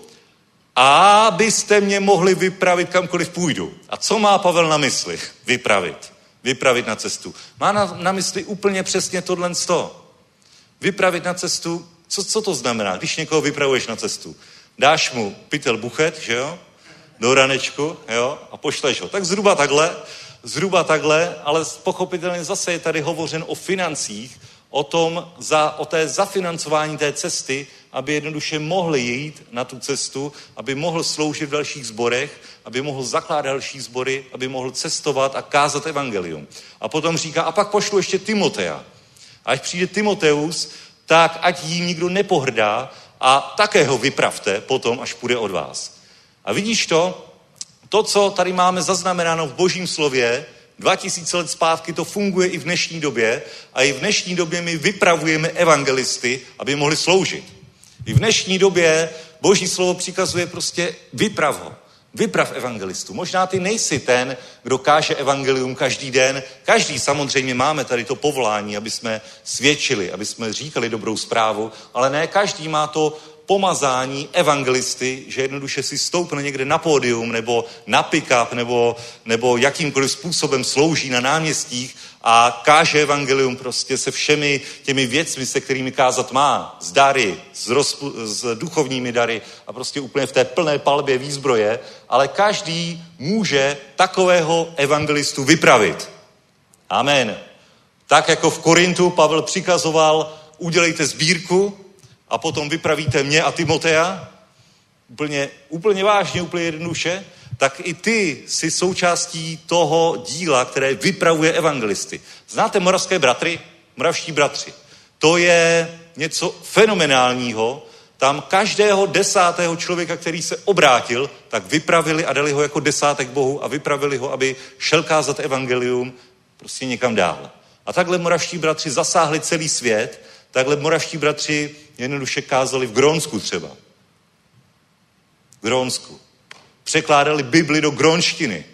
abyste mě mohli vypravit kamkoliv půjdu. A co má Pavel na mysli? Vypravit. Vypravit na cestu. Má na, na mysli úplně přesně tohle sto. Vypravit na cestu, co, co to znamená, když někoho vypravuješ na cestu? Dáš mu pytel buchet, že jo? Do ranečku, jo? A pošleš ho. Tak zhruba takhle, zhruba takhle, ale pochopitelně zase je tady hovořen o financích, o tom, za, o té zafinancování té cesty, aby jednoduše mohli jít na tu cestu, aby mohl sloužit v dalších sborech, aby mohl zakládat další sbory, aby mohl cestovat a kázat evangelium. A potom říká, a pak pošlu ještě Timotea. A až přijde Timoteus, tak ať jí nikdo nepohrdá a také ho vypravte potom, až půjde od vás. A vidíš to? To, co tady máme zaznamenáno v Božím slově, dva tisíce let zpátky, to funguje i v dnešní době a i v dnešní době my vypravujeme evangelisty, aby mohli sloužit. I v dnešní době Boží slovo přikazuje prostě vyprav ho. Vyprav evangelistu. Možná ty nejsi ten, kdo káže evangelium každý den. Každý samozřejmě máme tady to povolání, aby jsme svědčili, aby jsme říkali dobrou zprávu, ale ne každý má to pomazání evangelisty, že jednoduše si stoupne někde na pódium nebo na pick-up nebo, nebo jakýmkoliv způsobem slouží na náměstích a káže evangelium prostě se všemi těmi věcmi, se kterými kázat má, s dary, s, rozpu, s duchovními dary a prostě úplně v té plné palbě výzbroje, ale každý může takového evangelistu vypravit. Amen. Tak jako v Korintu Pavel přikazoval, udělejte sbírku, a potom vypravíte mě a Timotea, úplně, úplně vážně, úplně jednoduše, tak i ty jsi součástí toho díla, které vypravuje evangelisty. Znáte moravské bratry? Moravští bratři. To je něco fenomenálního. Tam každého desátého člověka, který se obrátil, tak vypravili a dali ho jako desátek Bohu a vypravili ho, aby šel kázat evangelium prostě někam dál. A takhle moravští bratři zasáhli celý svět, takhle moravští bratři jednoduše kázali v Grónsku třeba. V Grónsku. Překládali Bibli do grónštiny.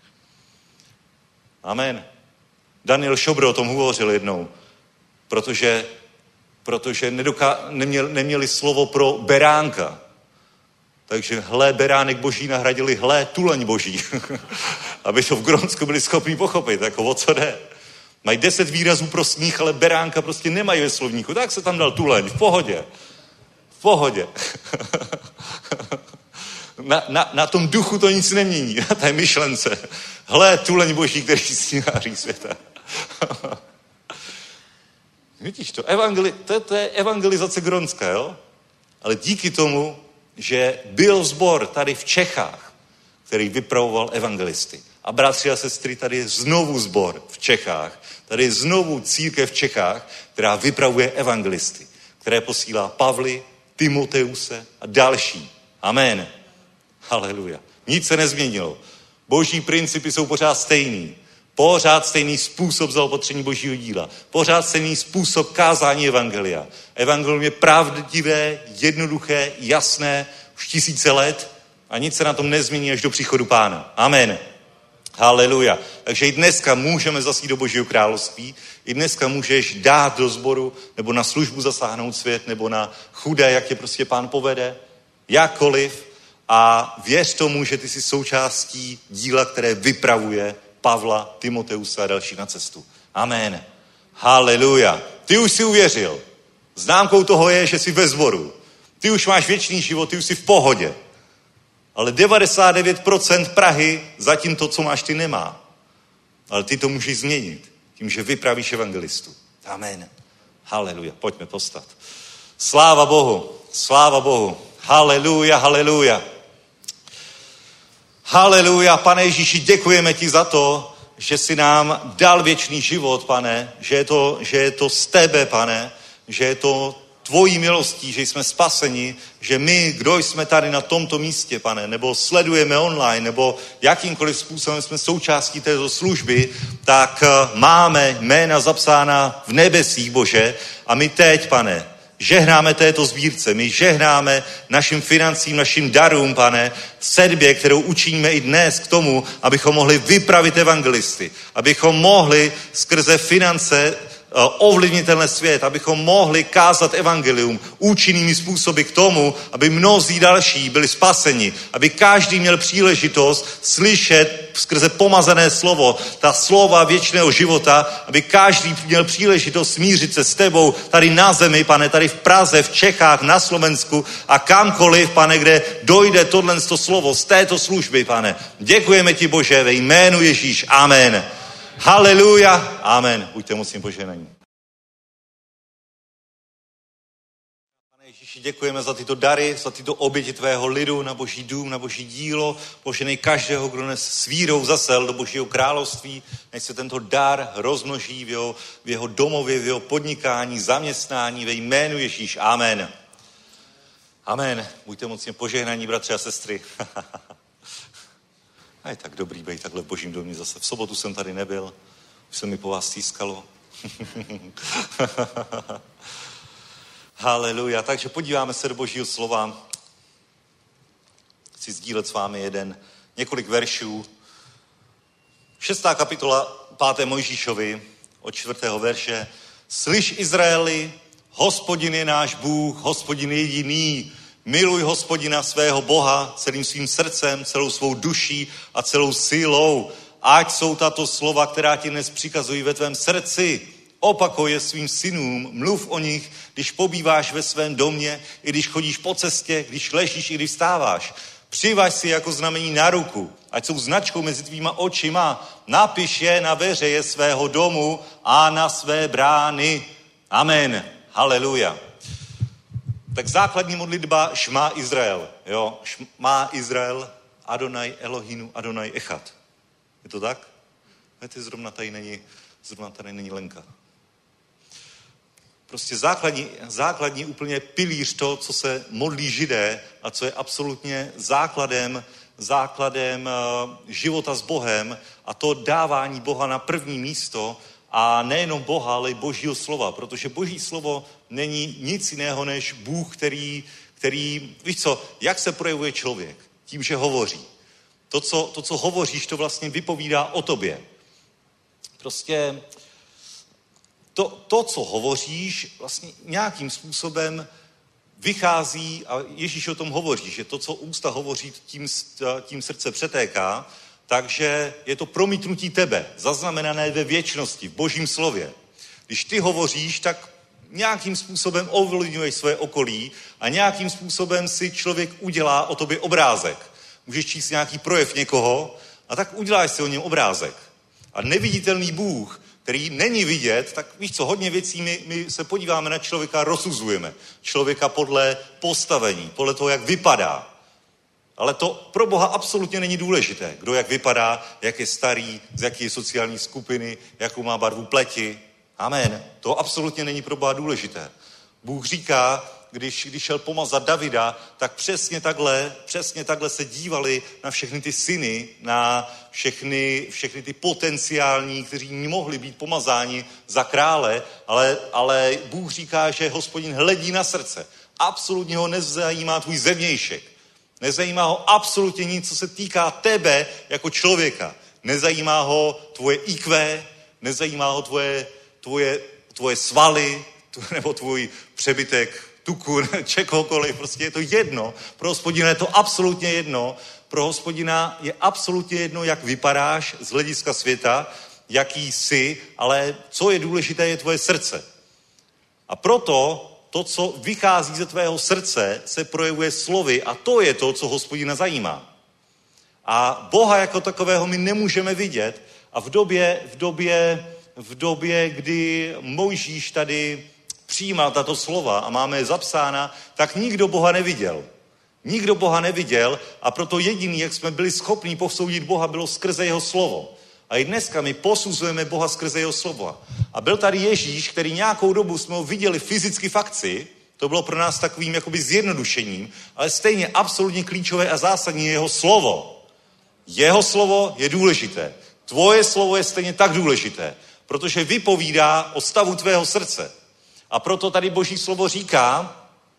Amen. Daniel Šobro o tom hovořil jednou, protože, protože nedoká, neměl, neměli slovo pro beránka. Takže hle, beránek boží nahradili hle, tuleň boží. Aby to v Grónsku byli schopni pochopit, jako o co jde. Mají deset výrazů pro sníh, ale beránka prostě nemají ve slovníku. Tak se tam dal tuleň, v pohodě. V pohodě. Na, na, na tom duchu to nic nemění, na té myšlence. Hle, tuleň boží, který sníháří světa. Vidíš to? Evangeli, to, to je evangelizace Grónska, jo? Ale díky tomu, že byl sbor tady v Čechách, který vypravoval evangelisty. A bratři a sestry, tady je znovu sbor v Čechách. Tady je znovu církev v Čechách, která vypravuje evangelisty. Které posílá Pavly, Timoteuse a další. Amen. Haleluja. Nic se nezměnilo. Boží principy jsou pořád stejný. Pořád stejný způsob zaopatření božího díla. Pořád stejný způsob kázání evangelia. Evangelium je pravdivé, jednoduché, jasné, už tisíce let a nic se na tom nezmění až do příchodu Pána. Amen. Haleluja. Takže i dneska můžeme zasít do Božího království. I dneska můžeš dát do sboru nebo na službu zasáhnout svět nebo na chudé, jak tě prostě Pán povede. Jakkoliv. A věř tomu, že ty jsi součástí díla, které vypravuje Pavla, Timoteuse a další na cestu. Amen. Haleluja. Ty už jsi uvěřil. Známkou toho je, že jsi ve sboru. Ty už máš věčný život, ty už jsi v pohodě. Ale devadesát devět procent Prahy zatím to, co máš, ty nemá. Ale ty to můžeš změnit tím, že vypravíš evangelistu. Amen. Haleluja. Pojďme postat. Sláva Bohu. Sláva Bohu. Haleluja, haleluja. Haleluja, Pane Ježíši, děkujeme ti za to, že jsi nám dal věčný život, Pane, že je to, že je to z tebe, Pane, že je to tvojí milostí, že jsme spaseni, že my, kdo jsme tady na tomto místě, Pane, nebo sledujeme online, nebo jakýmkoliv způsobem jsme součástí této služby, tak máme jména zapsána v nebesích, Bože, a my teď, Pane, žehnáme této sbírce, my žehnáme našim financím, našim darům, Pane, sedbě, kterou učiníme i dnes k tomu, abychom mohli vypravit evangelisty, abychom mohli skrze finance ovlivnit tenhle svět, abychom mohli kázat evangelium účinnými způsoby k tomu, aby mnozí další byli spaseni, aby každý měl příležitost slyšet skrze pomazané slovo, ta slova věčného života, aby každý měl příležitost smířit se s tebou tady na zemi, Pane, tady v Praze, v Čechách, na Slovensku a kamkoliv, Pane, kde dojde tohle slovo z této služby, Pane. Děkujeme ti, Bože, ve jménu Ježíš. Amen. Haleluja. Amen. Buďte mocní požehnaní. Pane Ježíši, děkujeme za tyto dary, za tyto oběti tvého lidu na boží dům, na boží dílo. Poženej každého, kdo dnes s vírou zasel do božího království. Nech se tento dar rozmnoží v jeho, v jeho domově, v jeho podnikání, zaměstnání ve jménu Ježíš. Amen. Amen. Buďte mocně požehnaní, bratři a sestry. A je tak dobrý být takhle v božím domě zase. V sobotu jsem tady nebyl, už se mi po vás stýskalo. Haleluja. Takže podíváme se do božího slova. Chci sdílet s vámi jeden, několik veršů. Šestá kapitola páté Mojžíšovi od čtvrtého verše. Slyš, Izraeli, Hospodin je náš Bůh, Hospodin je jediný. Miluj Hospodina svého Boha celým svým srdcem, celou svou duší a celou silou. Ať jsou tato slova, která ti dnes přikazují ve tvém srdci. Opakoj je svým synům, mluv o nich, když pobýváš ve svém domě, i když chodíš po cestě, když ležíš, i když vstáváš. Přivaž si jako znamení na ruku, ať jsou značkou mezi tvýma očima. Napiš je na veřeje svého domu a na své brány. Amen. Haleluja. Tak základní modlitba Šma Izrael. Jo? Šma Izrael. Adonai Elohinu, Adonai Echad. Je to tak? Víte, zrovna tady není, zrovna tady není Lenka. Prostě základní, základní úplně pilíř to, co se modlí Židé a co je absolutně základem, základem života s Bohem a to dávání Boha na první místo a nejenom Boha, ale i Božího slova, protože Boží slovo není nic jiného než Bůh, který, který, víš co, jak se projevuje člověk? Tím, že hovoří. To co, to, co hovoříš, to vlastně vypovídá o tobě. Prostě to, to, co hovoříš, vlastně nějakým způsobem vychází, a Ježíš o tom hovoří, že to, co ústa hovoří, tím, tím srdce přetéká, takže je to promítnutí tebe, zaznamenané ve věčnosti, v Božím slově. Když ty hovoříš, tak nějakým způsobem ovlivňuješ své okolí a nějakým způsobem si člověk udělá o tobě obrázek. Můžeš číst nějaký projev někoho a tak uděláš si o něm obrázek. A neviditelný Bůh, který není vidět, tak víš co, hodně věcí my, my se podíváme na člověka a rozsuzujeme. Člověka podle postavení, podle toho, jak vypadá. Ale to pro Boha absolutně není důležité. Kdo jak vypadá, jak je starý, z jaké je sociální skupiny, jakou má barvu pleti. Amen. To absolutně není pro Boha důležité. Bůh říká, když, když šel pomazat Davida, tak přesně takhle, přesně takhle se dívali na všechny ty syny, na všechny, všechny ty potenciální, kteří mohli být pomazáni za krále, ale, ale Bůh říká, že Hospodin hledí na srdce. Absolutně ho nezajímá tvůj zevnějšek. Nezajímá ho absolutně nic, co se týká tebe jako člověka. Nezajímá ho tvoje í kvé, nezajímá ho tvoje, tvoje, tvoje svaly, nebo tvůj přebytek tuku, čekokoliv, prostě je to jedno. Pro Hospodina je to absolutně jedno. Pro Hospodina je absolutně jedno, jak vypadáš z hlediska světa, jaký jsi, ale co je důležité, je tvoje srdce. A proto to, co vychází ze tvého srdce, se projevuje slovy a to je to, co Hospodina zajímá. A Boha jako takového my nemůžeme vidět a v době, v době, v době, kdy Mojžíš tady přijímal tato slova a máme je zapsána, tak nikdo Boha neviděl. Nikdo Boha neviděl a proto jediný, jak jsme byli schopni posoudit Boha, bylo skrze jeho slovo. A i dneska my posuzujeme Boha skrze jeho slovo. A byl tady Ježíš, který nějakou dobu jsme ho viděli fyzicky v akci, to bylo pro nás takovým jakoby zjednodušením, ale stejně absolutně klíčové a zásadní je jeho slovo. Jeho slovo je důležité. Tvoje slovo je stejně tak důležité, protože vypovídá o stavu tvého srdce. A proto tady Boží slovo říká,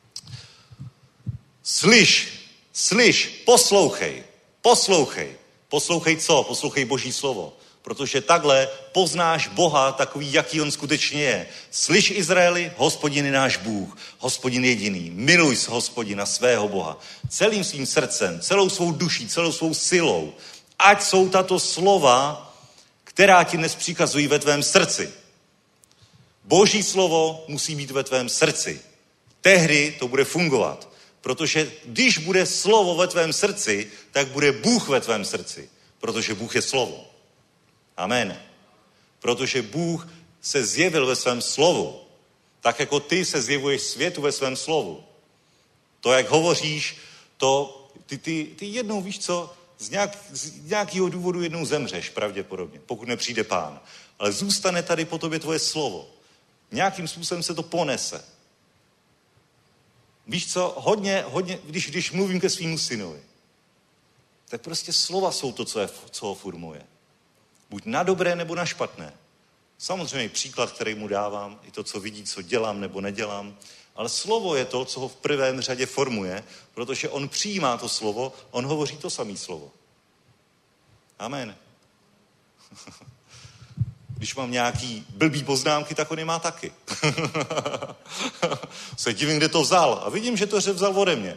slyš, slyš, poslouchej, poslouchej. Poslouchej co? Poslouchej Boží slovo. Protože takhle poznáš Boha takový, jaký on skutečně je. Slyš Izraeli, Hospodin je náš Bůh, Hospodin jediný. Miluj Hospodina, svého Boha. Celým svým srdcem, celou svou duší, celou svou silou. Ať jsou tato slova, která ti dnes přikazují ve tvém srdci. Boží slovo musí být ve tvém srdci. Tehdy to bude fungovat. Protože když bude slovo ve tvém srdci, tak bude Bůh ve tvém srdci. Protože Bůh je slovo. Amen. Protože Bůh se zjevil ve svém slovu. Tak jako ty se zjevuješ světu ve svém slovu. To, jak hovoříš, to ty, ty, ty jednou víš co, z, nějak, z nějakého důvodu jednou zemřeš pravděpodobně, pokud nepřijde Pán. Ale zůstane tady po tobě tvoje slovo. Nějakým způsobem se to ponese. Víš co, hodně, hodně, když, když mluvím ke svýmu synovi, tak prostě slova jsou to, co, je, co ho formuje. Buď na dobré, nebo na špatné. Samozřejmě příklad, který mu dávám, i to, co vidí, co dělám nebo nedělám, ale slovo je to, co ho v prvém řadě formuje, protože on přijímá to slovo, on hovoří to samé slovo. Amen. Když mám nějaký blbý poznámky, tak on je má taky. Se divím, kde to vzal. A vidím, že to vzal ode mě.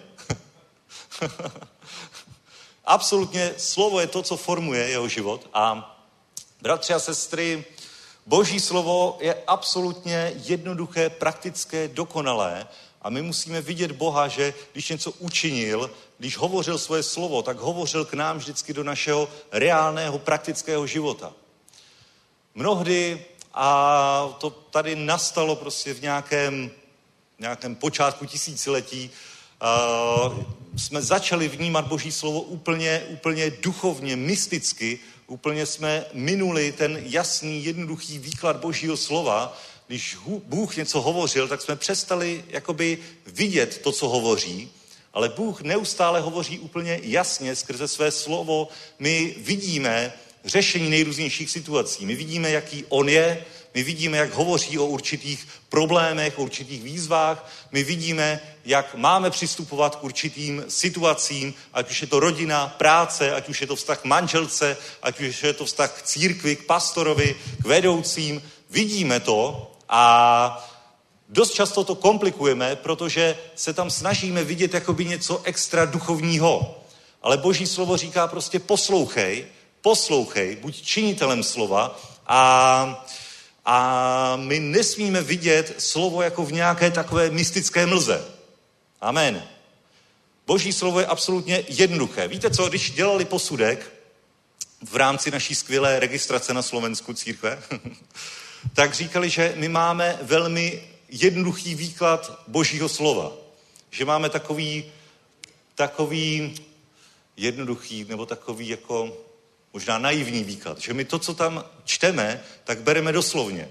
Absolutně slovo je to, co formuje jeho život. A bratři a sestry, Boží slovo je absolutně jednoduché, praktické, dokonalé. A my musíme vidět Boha, že když něco učinil, když hovořil svoje slovo, tak hovořil k nám vždycky do našeho reálného, praktického života. Mnohdy, a to tady nastalo prostě v nějakém, nějakém počátku tisíciletí, uh, jsme začali vnímat Boží slovo úplně, úplně duchovně, mysticky, úplně jsme minuli ten jasný, jednoduchý výklad Božího slova. Když Bůh něco hovořil, tak jsme přestali jakoby vidět to, co hovoří, ale Bůh neustále hovoří úplně jasně skrze své slovo. My vidíme řešení nejrůznějších situací. My vidíme, jaký on je, my vidíme, jak hovoří o určitých problémech, o určitých výzvách, my vidíme, jak máme přistupovat k určitým situacím, ať už je to rodina, práce, ať už je to vztah k manželce, ať už je to vztah k církvi, k pastorovi, k vedoucím. Vidíme to a dost často to komplikujeme, protože se tam snažíme vidět jakoby něco extra duchovního. Ale Boží slovo říká prostě poslouchej, poslouchej, buď činitelem slova a, a my nesmíme vidět slovo jako v nějaké takové mystické mlze. Amen. Boží slovo je absolutně jednoduché. Víte co, když dělali posudek v rámci naší skvělé registrace na Slovensku církve, tak říkali, že my máme velmi jednoduchý výklad Božího slova. Že máme takový, takový jednoduchý, nebo takový jako možná naivní výklad. Že my to, co tam čteme, tak bereme doslovně.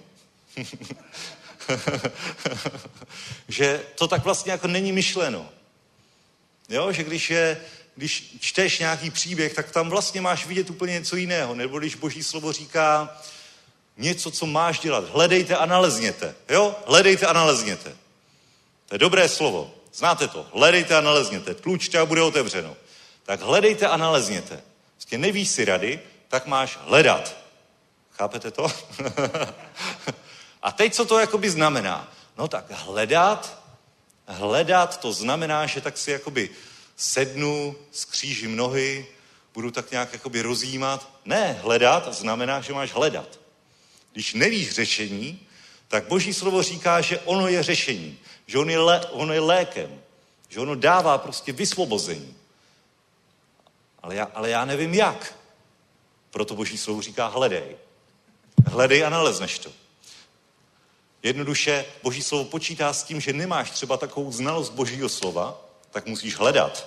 Že to tak vlastně jako není myšleno. Jo, že když, je, když čteš nějaký příběh, tak tam vlastně máš vidět úplně něco jiného. Nebo když Boží slovo říká něco, co máš dělat. Hledejte a nalezněte. Jo? Hledejte a nalezněte. To je dobré slovo. Znáte to. Hledejte a nalezněte. Tlučte a bude otevřeno. Tak hledejte a nalezněte. Vlastně nevíš si rady, tak máš hledat. Chápete to? A teď co to jakoby znamená? No tak hledat, hledat to znamená, že tak si jakoby sednu, skřížím nohy, budu tak nějak jakoby rozjímat. Ne, hledat znamená, že máš hledat. Když nevíš řešení, tak Boží slovo říká, že ono je řešení, že ono je, lé, ono je lékem, že ono dává prostě vysvobození. Ale já, ale já nevím jak. Proto Boží slovo říká hledej. Hledej a nalezneš to. Jednoduše Boží slovo počítá s tím, že nemáš třeba takovou znalost Božího slova, tak musíš hledat.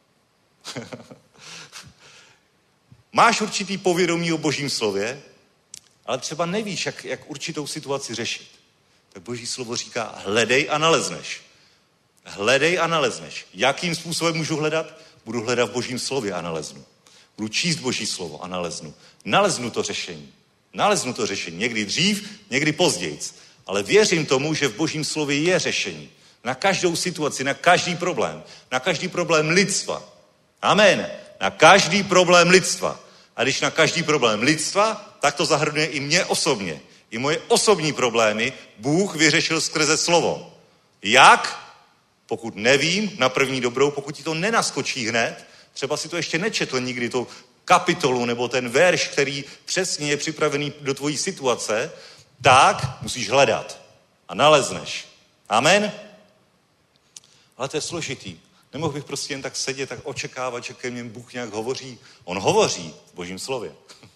Máš určitý povědomí o Božím slově, ale třeba nevíš, jak, jak určitou situaci řešit. Tak Boží slovo říká, hledej a nalezneš. Hledej a nalezneš. Jakým způsobem můžu hledat? Budu hledat v Božím slově a naleznu. Budu číst Boží slovo a naleznu. Naleznu to řešení. Naleznu to řešení. Někdy dřív, někdy pozdějc. Ale věřím tomu, že v Božím slově je řešení. Na každou situaci, na každý problém. Na každý problém lidstva. Amen. Na každý problém lidstva. A když na každý problém lidstva, tak to zahrnuje i mě osobně. I moje osobní problémy Bůh vyřešil skrze slovo. Jak? Pokud nevím, na první dobrou, pokud ti to nenaskočí hned, třeba si to ještě nečetl nikdy, tu kapitolu nebo ten verš, který přesně je připravený do tvojí situace, tak musíš hledat a nalezneš. Amen? Ale to je složitý. Nemohl bych prostě jen tak sedět, tak očekávat, že ke mně Bůh nějak hovoří. On hovoří v Božím slově.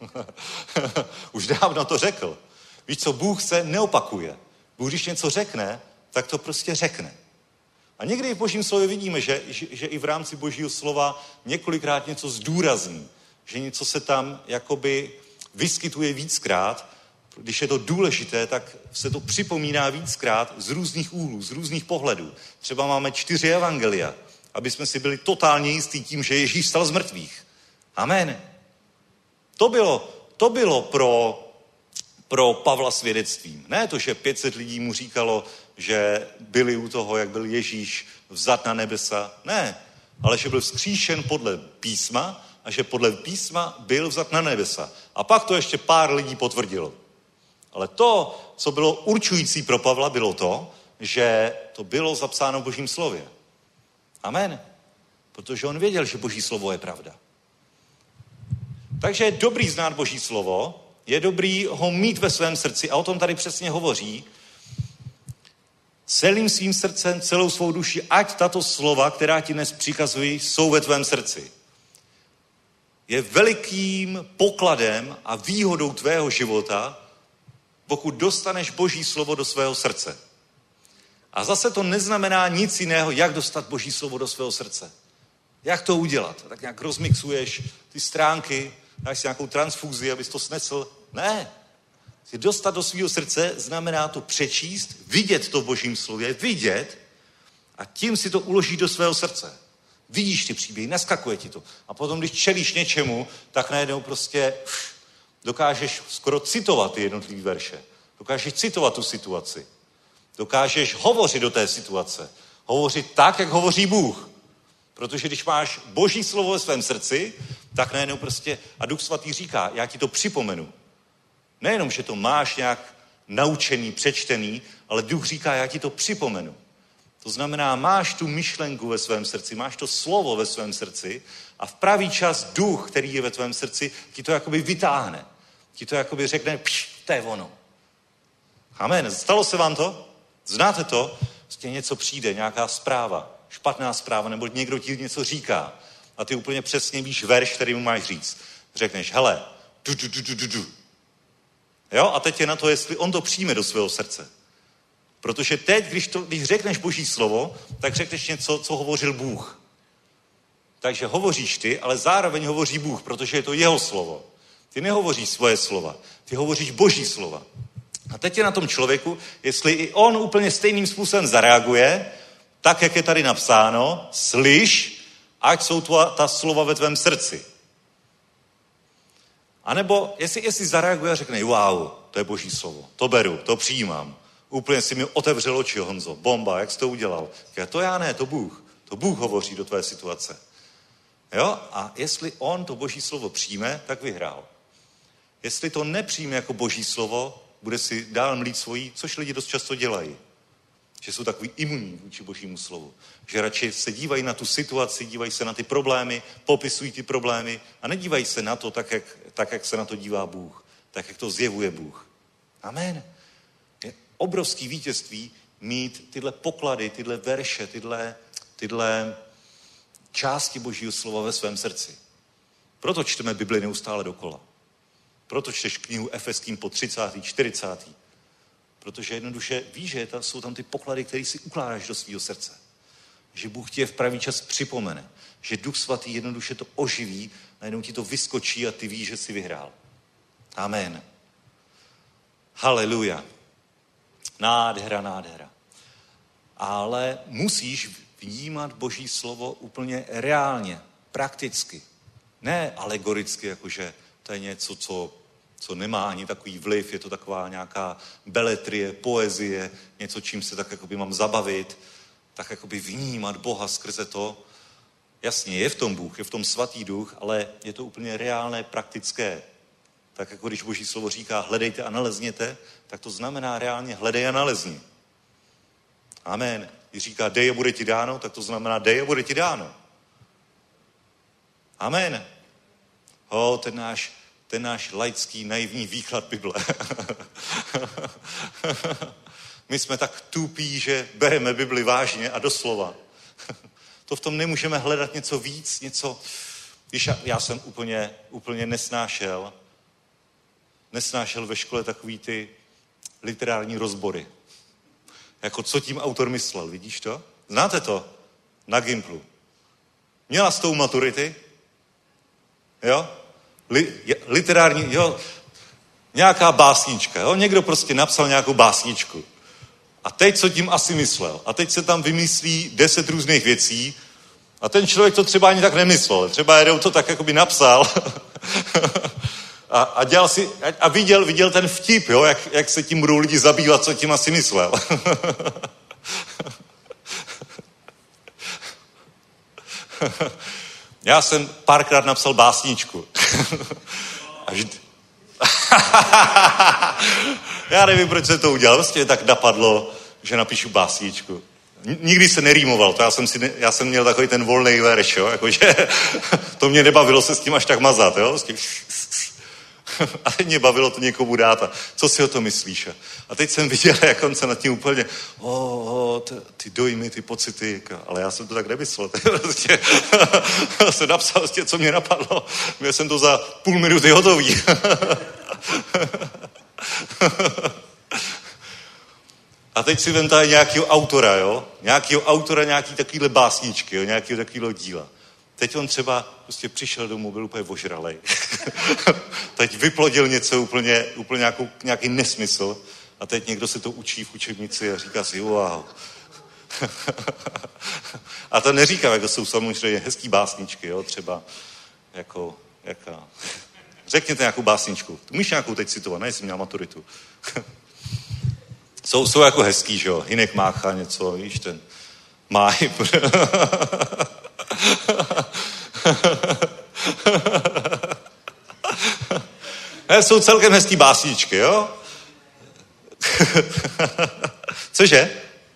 Už dávno to řekl. Víš co, Bůh se neopakuje. Bůh, když něco řekne, tak to prostě řekne. A někdy v Božím slově vidíme, že, že, že i v rámci Božího slova několikrát něco zdůrazní. Že něco se tam jakoby vyskytuje víckrát. Když je to důležité, tak se to připomíná víckrát z různých úhlů, z různých pohledů. Třeba máme čtyři evangelia, aby jsme si byli totálně jistí tím, že Ježíš vstal z mrtvých. Amen. To bylo, to bylo pro, pro Pavla svědectvím. Ne to, že pět set lidí mu říkalo, že byli u toho, jak byl Ježíš vzat na nebesa. Ne, ale že byl vzkříšen podle písma a že podle písma byl vzat na nebesa. A pak to ještě pár lidí potvrdilo. Ale to, co bylo určující pro Pavla, bylo to, že to bylo zapsáno v Božím slově. Amen. Protože on věděl, že Boží slovo je pravda. Takže je dobrý znát Boží slovo, je dobrý ho mít ve svém srdci a o tom tady přesně hovoří. Celým svým srdcem, celou svou duši, ať tato slova, která ti dnes přikazují, jsou ve tvém srdci. Je velikým pokladem a výhodou tvého života, pokud dostaneš Boží slovo do svého srdce. A zase to neznamená nic jiného, jak dostat Boží slovo do svého srdce. Jak to udělat? Tak nějak rozmixuješ ty stránky, dáš si nějakou transfúzi, abys to snesl. Ne. Si dostat do svého srdce znamená to přečíst, vidět to v Božím slově, vidět a tím si to uloží do svého srdce. Vidíš ty příběhy, naskakuje ti to. A potom, když čelíš něčemu, tak najednou prostě pff, dokážeš skoro citovat ty jednotlivé verše. Dokážeš citovat tu situaci. Dokážeš hovořit do té situace. Hovořit tak, jak hovoří Bůh. Protože když máš Boží slovo ve svém srdci, tak najednou prostě, a Duch Svatý říká, já ti to připomenu. Nejenom, že to máš nějak naučený, přečtený, ale Duch říká, já ti to připomenu. To znamená, máš tu myšlenku ve svém srdci, máš to slovo ve svém srdci a v pravý čas Duch, který je ve tvém srdci, ti to jakoby vytáhne. Ti to jakoby řekne, pš, to je ono. Amen. Stalo se vám to? Znáte to? Prostě něco přijde, nějaká zpráva, špatná zpráva, nebo někdo ti něco říká a ty úplně přesně víš verš, který mu máš říct. Řekneš, hele, du, du, du, du, du, du. Jo? A teď je na to, jestli on to přijme do svého srdce. Protože teď, když, to, když řekneš Boží slovo, tak řekneš něco, co hovořil Bůh. Takže hovoříš ty, ale zároveň hovoří Bůh, protože je to jeho slovo. Ty nehovoříš svoje slova, ty hovoříš Boží slova. A teď je na tom člověku, jestli i on úplně stejným způsobem zareaguje, tak, jak je tady napsáno, slyš, ať jsou tvá, ta slova ve tvém srdci. A nebo jestli, jestli zareaguje a řekne, wow, to je Boží slovo, to beru, to přijímám. Úplně si mi otevřel oči, Honzo, bomba, jak jsi to udělal? Já, to já ne, to Bůh. To Bůh hovoří do tvé situace. Jo? A jestli on to Boží slovo přijme, tak vyhrál. Jestli to nepřijme jako Boží slovo, bude si dál mlít svojí, což lidi dost často dělají. Že jsou takový imunní vůči Božímu slovu. Že radši se dívají na tu situaci, dívají se na ty problémy, popisují ty problémy a nedívají se na to tak, jak, tak, jak se na to dívá Bůh. Tak, jak to zjevuje Bůh. Amen. Je obrovský vítězství mít tyhle poklady, tyhle verše, tyhle, tyhle části Božího slova ve svém srdci. Proto čteme Bibli neustále dokola. Proto čteš knihu Efeským po třicátý, čtyřicátý Protože jednoduše víš, že jsou tam ty poklady, které si ukládáš do svého srdce. Že Bůh ti je v pravý čas připomene. Že Duch Svatý jednoduše to oživí, najednou ti to vyskočí a ty víš, že jsi vyhrál. Amen. Haleluja. Nádhera, nádhera. Ale musíš vnímat Boží slovo úplně reálně, prakticky. Ne alegoricky, jakože to je něco, co, co nemá ani takový vliv, je to taková nějaká beletrie, poezie, něco, čím se tak jakoby mám zabavit, tak jakoby vnímat Boha skrze to. Jasně, je v tom Bůh, je v tom Svatý Duch, ale je to úplně reálné, praktické. Tak jako když Boží slovo říká hledejte a nalezněte, tak to znamená reálně hledej a nalezni. Amen. Když říká dej a bude ti dáno, tak to znamená dej a bude ti dáno. Amen. O, ten náš, ten náš laický, naivní výklad Bible. My jsme tak tupí, že bereme Bibli vážně a doslova. To v tom nemůžeme hledat něco víc, něco... Víš, já, já jsem úplně, úplně nesnášel, nesnášel ve škole takový ty literární rozbory. Jako co tím autor myslel, vidíš to? Znáte to? Na Gimplu. Měla s tou maturity? Jo? Li, literární, jo? Nějaká básnička, jo? Někdo prostě napsal nějakou básničku. A teď co tím asi myslel? A teď se tam vymyslí deset různých věcí a ten člověk to třeba ani tak nemyslel. Třeba jednou to tak jakoby napsal a, a dělal si, a viděl, viděl ten vtip, jo? Jak, jak se tím budou lidi zabývat, co tím asi myslel. Já jsem párkrát napsal básničku. A vždy... Já nevím, proč se to udělal. Vlastně tak napadlo, že napíšu básničku. Nikdy se nerýmoval, to já jsem, si ne... já jsem měl takový ten volný verš, jo? Jakože to mě nebavilo se s tím až tak mazat, jo? Ale mě bavilo to někomu dát a co si o to myslíš? A teď jsem viděl, jak on se nad tím úplně, oh, oh, ty, ty dojmy, ty pocity, ale já jsem to tak nemyslel. Prostě, jsem napsal, prostě, co mě napadlo. Měl jsem to za půl minuty hotový. A teď si vem tady nějakého autora, jo? Nějakého autora, nějaký takovýhle básničky, jo? Nějakého takovýhle díla. Teď on třeba prostě přišel domů, byl úplně ožralej. Teď vyplodil něco úplně, úplně nějakou, nějaký nesmysl a teď někdo se to učí v učebnici a říká si, wow. A to neříkám, jako jsou samozřejmě hezký básničky, jo? Třeba jako, jaká... Řekněte nějakou básničku. Umíš nějakou teď citovat, ne, jsi měl maturitu. jsou, jsou jako hezký, že jo? Hinek Mácha něco, víš, ten máj. ne, jsou celkem hezký básničky, jo? Cože?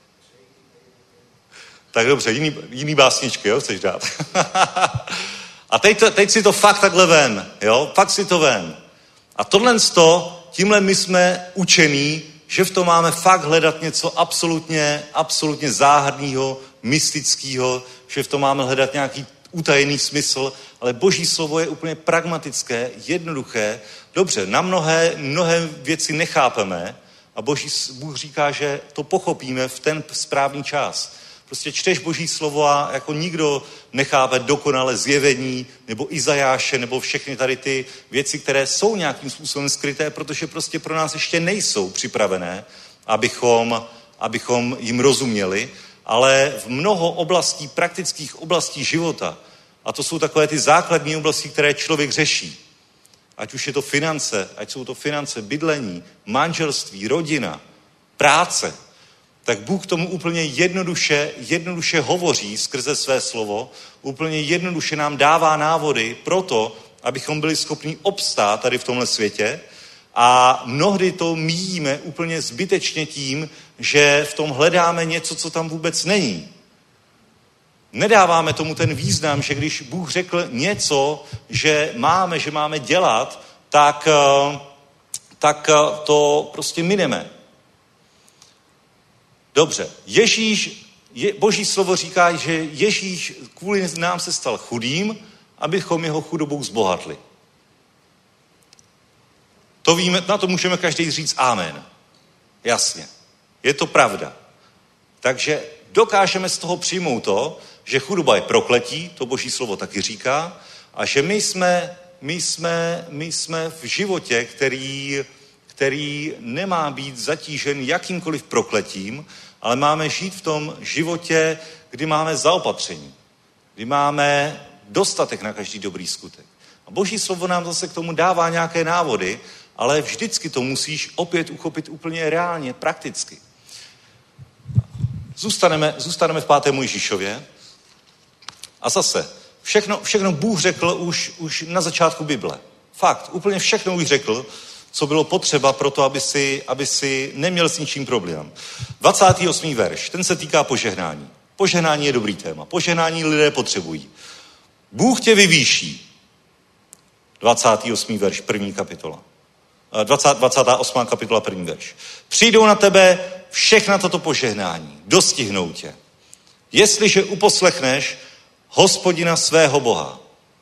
Tak dobře, jiný, jiný básničky, jo, chceš dát? A teď, to, teď si to fakt takhle vem, jo? Fakt si to vem. A tohle z toho, tímhle my jsme učení, že v tom máme fakt hledat něco absolutně, absolutně záhadného, mystického, že v tom máme hledat nějaký utajený smysl, ale Boží slovo je úplně pragmatické, jednoduché. Dobře, na mnohé, mnohé věci nechápeme a Boží, Bůh říká, že to pochopíme v ten správný čas. Prostě čteš Boží slovo a jako nikdo nechápe dokonale zjevení nebo Izajáše nebo všechny tady ty věci, které jsou nějakým způsobem skryté, protože prostě pro nás ještě nejsou připravené, abychom, abychom jim rozuměli, ale v mnoho oblastí, praktických oblastí života, a to jsou takové ty základní oblasti, které člověk řeší, ať už je to finance, ať jsou to finance, bydlení, manželství, rodina, práce, tak Bůh tomu úplně jednoduše, jednoduše hovoří skrze své slovo, úplně jednoduše nám dává návody pro to, abychom byli schopni obstát tady v tomhle světě a mnohdy to míjíme úplně zbytečně tím, že v tom hledáme něco, co tam vůbec není. Nedáváme tomu ten význam, že když Bůh řekl něco, že máme, že máme dělat, tak, tak to prostě mineme. Dobře, Ježíš, je, Boží slovo říká, že Ježíš kvůli nám se stal chudým, abychom jeho chudobou zbohatli. To víme, na to můžeme každý říct amen. Jasně. Je to pravda. Takže dokážeme z toho přijmout to, že chudoba je prokletí, to Boží slovo taky říká, a že my jsme, my jsme, my jsme v životě, který, který nemá být zatížen jakýmkoliv prokletím, ale máme žít v tom životě, kdy máme zaopatření, kdy máme dostatek na každý dobrý skutek. A Boží slovo nám zase k tomu dává nějaké návody, ale vždycky to musíš opět uchopit úplně reálně, prakticky. Zůstaneme, zůstaneme v pátém Mojžíšově a zase všechno, všechno Bůh řekl už, už na začátku Bible. Fakt, úplně všechno už řekl, co bylo potřeba pro to, aby si, aby si neměl s ničím problém. dvacátý osmý verš, ten se týká požehnání. Požehnání je dobrý téma. Požehnání lidé potřebují. Bůh tě vyvýší. dvacátý osmý verš, první kapitola. dvacátá osmá kapitola, první verš. Přijdou na tebe všechna toto požehnání. Dostihnou tě. Jestliže uposlechneš Hospodina svého Boha.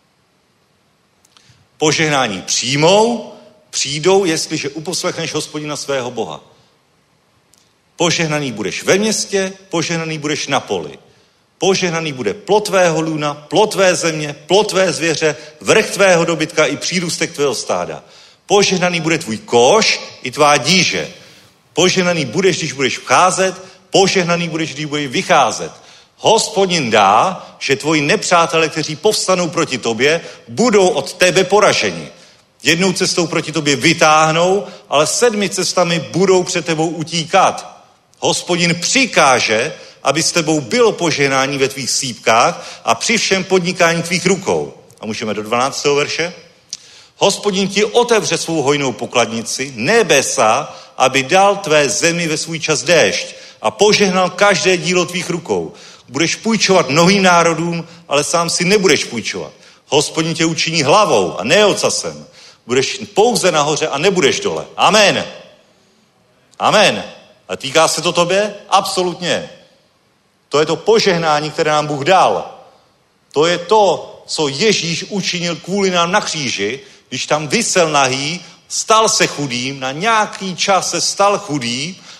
Požehnání přijmou, přijdou, jestliže uposlechneš Hospodina svého Boha. Požehnaný budeš ve městě, požehnaný budeš na poli. Požehnaný bude plod tvého lůna, plod tvé země, plod tvé zvěře, vrch tvého dobytka i přírůstek tvého stáda. Požehnaný bude tvůj koš i tvá díže. Požehnaný budeš, když budeš vcházet, požehnaný budeš, když budeš vycházet. Hospodin dá, že tvoji nepřátelé, kteří povstanou proti tobě, budou od tebe poraženi. Jednou cestou proti tobě vytáhnou, ale sedmi cestami budou před tebou utíkat. Hospodin přikáže, aby s tebou bylo požehnání ve tvých sýpkách a při všem podnikání tvých rukou. A můžeme do dvanáctého verše. Hospodin ti otevře svou hojnou pokladnici, nebesa, aby dal tvé zemi ve svůj čas déšť a požehnal každé dílo tvých rukou. Budeš půjčovat mnohým národům, ale sám si nebudeš půjčovat. Hospodin tě učiní hlavou a ne ocasem. Budeš pouze nahoře a nebudeš dole. Amen. Amen. A týká se to tobě? Absolutně. To je to požehnání, které nám Bůh dal. To je to, co Ježíš učinil kvůli nám na kříži, když tam visel nahý, stal se chudým, na nějaký čas se stal chudý,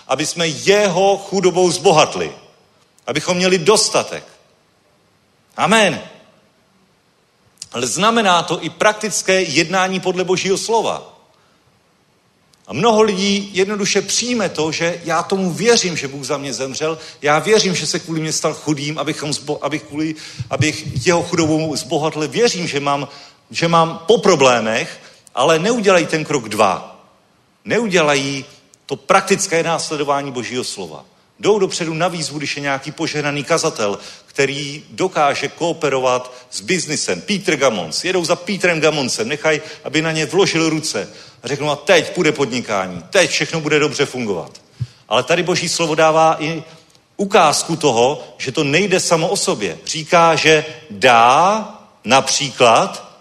aby jsme jeho chudobou zbohatli. Abychom měli dostatek. Amen. Ale znamená to i praktické jednání podle Božího slova. A mnoho lidí jednoduše přijme to, že já tomu věřím, že Bůh za mě zemřel, já věřím, že se kvůli mě stal chudým, abychom zbo, abych, kvůli, abych jeho chudobou zbohatl, věřím, že mám, že mám po problémech, ale neudělají ten krok dva. Neudělají to praktické následování Božího slova. Jdou dopředu na výzvu, když je nějaký požehnaný kazatel, který dokáže kooperovat s biznisem. Peter Gammons. Jedou za Petrem Gammoncem, nechají, aby na ně vložil ruce. A řeknou, a teď půjde podnikání, teď všechno bude dobře fungovat. Ale tady Boží slovo dává i ukázku toho, že to nejde samo o sobě. Říká, že dá například,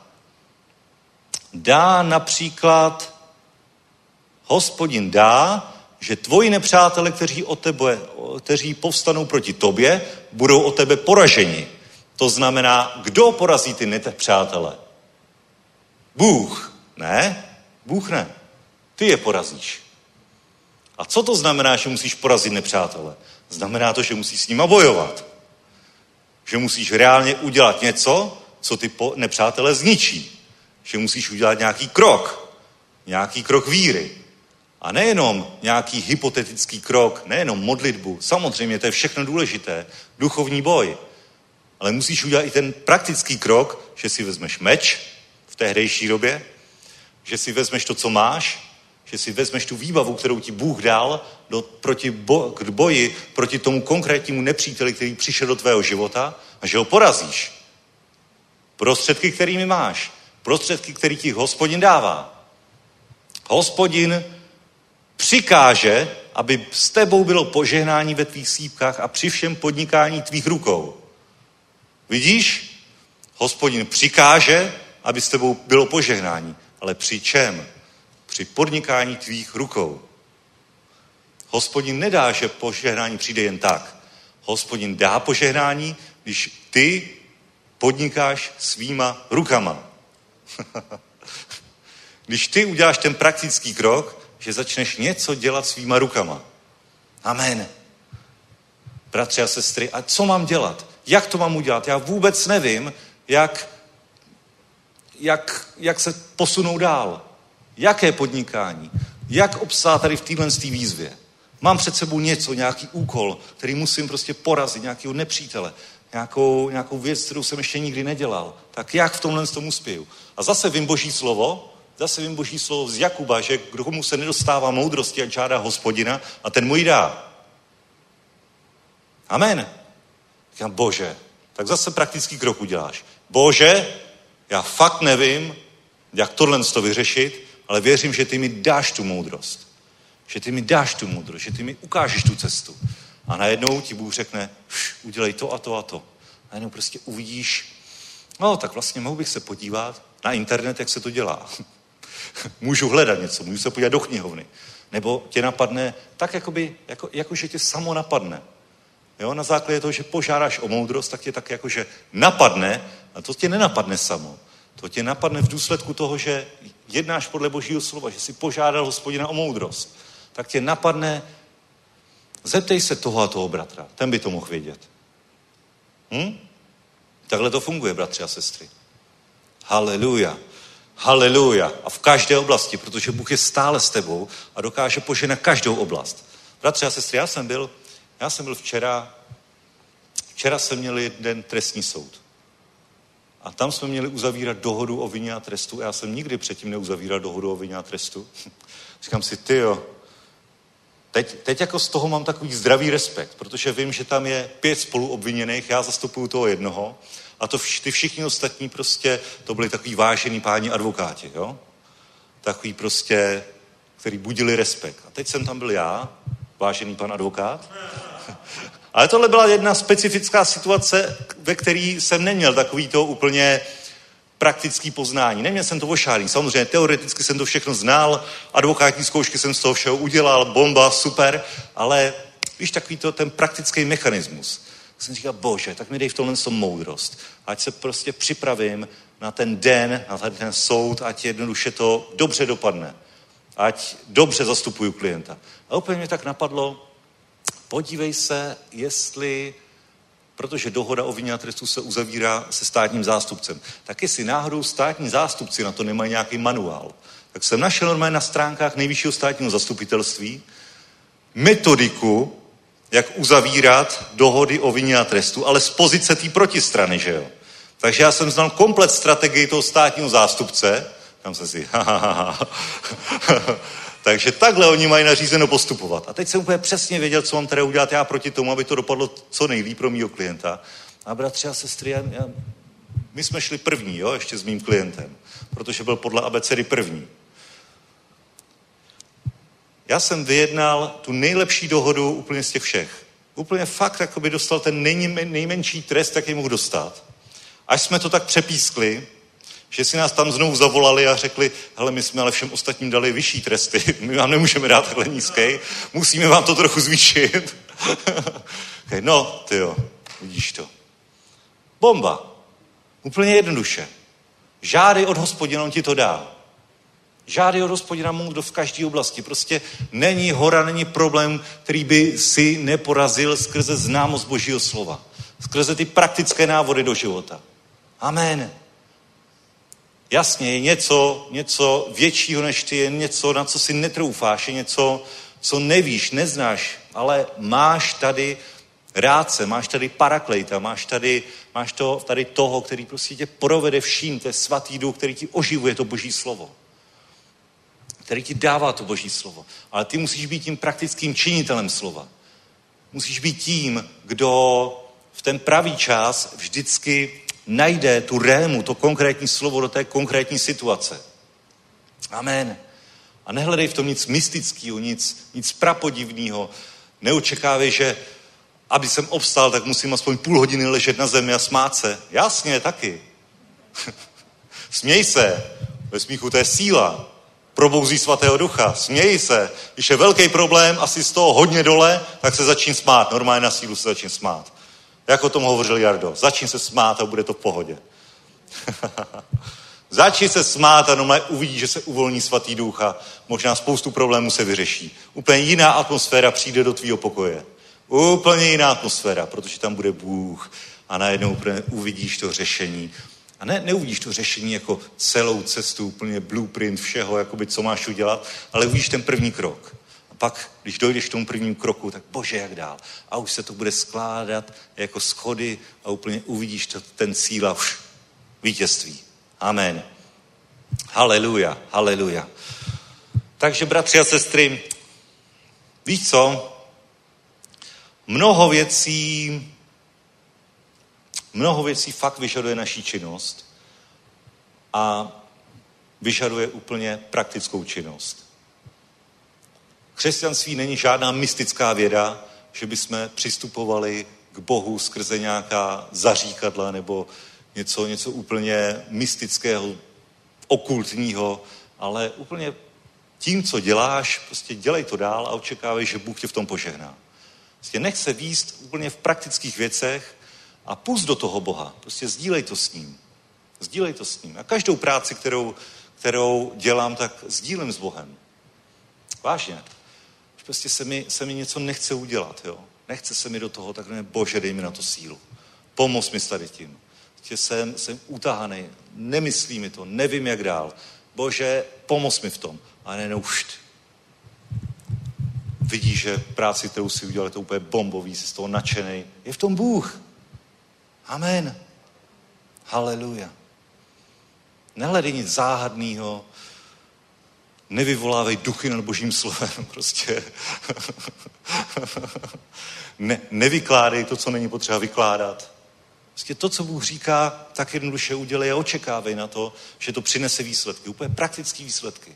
dá například, Hospodin dá, že tvoji nepřátelé, kteří, o tebe, kteří povstanou proti tobě, budou o tebe poraženi. To znamená, kdo porazí ty nepřátele? Bůh. Ne? Bůh ne. Ty je porazíš. A co to znamená, že musíš porazit nepřátele? Znamená to, že musíš s nima bojovat. Že musíš reálně udělat něco, co ty nepřátele zničí. Že musíš udělat nějaký krok. Nějaký krok víry. A nejenom nějaký hypotetický krok, nejenom modlitbu, samozřejmě to je všechno důležité, duchovní boj, ale musíš udělat i ten praktický krok, že si vezmeš meč v té hrejší době, že si vezmeš to, co máš, že si vezmeš tu výbavu, kterou ti Bůh dal do, proti bo, k boji proti tomu konkrétnímu nepříteli, který přišel do tvého života a že ho porazíš. Prostředky, kterými máš, prostředky, který ti Hospodin dává. Hospodin přikáže, aby s tebou bylo požehnání ve tvých sípkách a při všem podnikání tvých rukou. Vidíš? Hospodin přikáže, aby s tebou bylo požehnání. Ale při čem? Při podnikání tvých rukou. Hospodin nedá, že požehnání přijde jen tak. Hospodin dá požehnání, když ty podnikáš svýma rukama. Když ty uděláš ten praktický krok, že začneš něco dělat svýma rukama. Amen. Bratři a sestry, a co mám dělat? Jak to mám udělat? Já vůbec nevím, jak, jak, jak se posunou dál. Jaké podnikání? Jak obstát tady v téhle výzvě? Mám před sebou něco, nějaký úkol, který musím prostě porazit, nějakého nepřítele, nějakou, nějakou věc, kterou jsem ještě nikdy nedělal. Tak jak v tomhle tomu uspěju? A zase vím Boží slovo, Zase vím Boží slovo z Jakuba, že kdo komu se nedostává moudrosti, ať žádá Hospodina a ten mu ji dá. Amen. Říkám, Bože, tak zase praktický krok uděláš. Bože, já fakt nevím, jak tohle to vyřešit, ale věřím, že ty mi dáš tu moudrost. Že ty mi dáš tu moudrost, že ty mi ukážeš tu cestu. A najednou ti Bůh řekne, udělej to a to a to. A najednou prostě uvidíš, no tak vlastně mohl bych se podívat na internet, jak se to dělá. Můžu hledat něco, můžu se podívat do knihovny. Nebo tě napadne tak, jakoby, jako, jako že tě samo napadne. Jo? Na základě toho, že požádáš o moudrost, tak tě tak jakože napadne, a to tě nenapadne samo. To tě napadne v důsledku toho, že jednáš podle Božího slova, že jsi požádal Hospodina o moudrost. Tak tě napadne, zeptej se toho a toho bratra, ten by to mohl vědět. Hm? Takhle to funguje, bratři a sestry. Haleluja. Haleluja. A v každé oblasti, protože Bůh je stále s tebou a dokáže požehnat každou oblast. Bratři a sestry, já jsem byl, já jsem byl včera, včera jsem měl jeden trestní soud. A tam jsme měli uzavírat dohodu o vině a trestu. Já jsem nikdy předtím neuzavíral dohodu o vině a trestu. Říkám si, tyjo, teď, teď jako z toho mám takový zdravý respekt, protože vím, že tam je pět spoluobviněných, já zastupuju toho jednoho. A to vš- ty všichni ostatní prostě, to byli takový vážený páni advokáti, jo? Takový prostě, který budili respekt. A teď jsem tam byl já, vážený pan advokát. Ale tohle byla jedna specifická situace, ve které jsem neměl takový to úplně praktický poznání. Neměl jsem to ošálý. Samozřejmě teoreticky jsem to všechno znal, advokátní zkoušky jsem z toho všeho udělal, bomba, super, ale víš, takový to, ten praktický mechanismus. Tak jsem říkal, Bože, tak mi dej v tomhle moudrost. Ať se prostě připravím na ten den, na ten soud, ať jednoduše to dobře dopadne. ať dobře zastupuju klienta. A úplně mě tak napadlo, podívej se, jestli, protože dohoda o vině a trestu se uzavírá se státním zástupcem, tak jestli náhodou státní zástupci na to nemají nějaký manuál. Tak jsem našel normálně na stránkách Nejvyššího státního zastupitelství metodiku, jak uzavírat dohody o vině a trestu, ale z pozice té protistrany, že jo. Takže já jsem znal komplet strategii toho státního zástupce, tam jsem si, takže takhle oni mají nařízeno postupovat. A teď jsem úplně přesně věděl, co mám tady udělat já proti tomu, aby to dopadlo co nejlíp pro mýho klienta. A bratři a sestry, já, já, my jsme šli první, jo, ještě s mým klientem, protože byl podle abecedy první. Já jsem vyjednal tu nejlepší dohodu úplně z těch všech. Úplně fakt, jako by dostal ten nejmenší trest, jaký mohl dostat. Až jsme to tak přepískli, že si nás tam znovu zavolali a řekli, hele, my jsme ale všem ostatním dali vyšší tresty, my vám nemůžeme dát takhle nízkej, musíme vám to trochu zvýšit. Okay, no, tyjo, vidíš to. Bomba. Úplně jednoduše. Žádej od Hospodina, on ti to dá. Žádej od Hospodina moudro v každé oblasti. Prostě není hora, není problém, který by si neporazil skrze známost Božího slova. Skrze ty praktické návody do života. Amen. Jasně, je něco, něco většího než ty, je něco, na co si netroufáš, je něco, co nevíš, neznáš, ale máš tady rádce, máš tady paraklejta, máš tady, máš to, tady toho, který prostě tě provede vším, to je svatý duch, který ti oživuje to Boží slovo. Který ti dává to Boží slovo. Ale ty musíš být tím praktickým činitelem slova. Musíš být tím, kdo v ten pravý čas vždycky najde tu rému, to konkrétní slovo do té konkrétní situace. Amen. A nehledej v tom nic mystického, nic, nic prapodivného. Neočekávej, že aby jsem obstal, tak musím aspoň půl hodiny ležet na zemi a smát se. Jasně, taky. Směj se. Ve smíchu to je síla. Probouzí svatého ducha. Směj se. Když je velký problém, asi z toho hodně dole, tak se začín smát. Normálně na sílu se začín smát. Jak o tom hovořil Jardo. Začín se smát a bude to v pohodě. Začni se smát a normálně uvidí, že se uvolní svatý duch a možná spoustu problémů se vyřeší. Úplně jiná atmosféra přijde do tvýho pokoje. Úplně jiná atmosféra, protože tam bude Bůh a najednou úplně uvidíš to řešení. A ne, neuvidíš to řešení jako celou cestu, úplně blueprint všeho, jakoby co máš udělat, ale uvidíš ten první krok. A pak, když dojdeš k tomu prvnímu kroku, tak bože, jak dál. A už se to bude skládat jako schody a úplně uvidíš to, ten cíl a už vítězství. Amen. Haleluja, haleluja. Takže, bratři a sestry, víš co? Mnoho věcí, mnoho věcí fakt vyžaduje naší činnost a vyžaduje úplně praktickou činnost. Křesťanství není žádná mystická věda, že bychom přistupovali k Bohu skrze nějaká zaříkadla nebo něco, něco úplně mystického, okultního, ale úplně tím, co děláš, prostě dělej to dál a očekávej, že Bůh tě v tom požehná. Prostě nech se víst úplně v praktických věcech a pust do toho Boha. Prostě sdílej to s ním. Sdílej to s ním. A každou práci, kterou, kterou dělám, tak sdílím s Bohem. Vážně. Prostě se mi, se mi něco nechce udělat, jo. Nechce se mi do toho, tak ne, bože, dej mi na to sílu. Pomoz mi s tady tím. Prostě jsem, jsem utahaný, nemyslí mi to, nevím, jak dál. Bože, pomoz mi v tom. A ne, no už. Vidíš, že práci, kterou si udělal, je to úplně bombový, jsi z toho nadšenej. Je v tom Bůh. Amen. Haleluja. Nehledej nic záhadného, nevyvolávej duchy nad Božím slovem, prostě. ne, nevykládej to, co není potřeba vykládat. Prostě to, co Bůh říká, tak jednoduše udělej a očekávej na to, že to přinese výsledky, úplně praktické výsledky.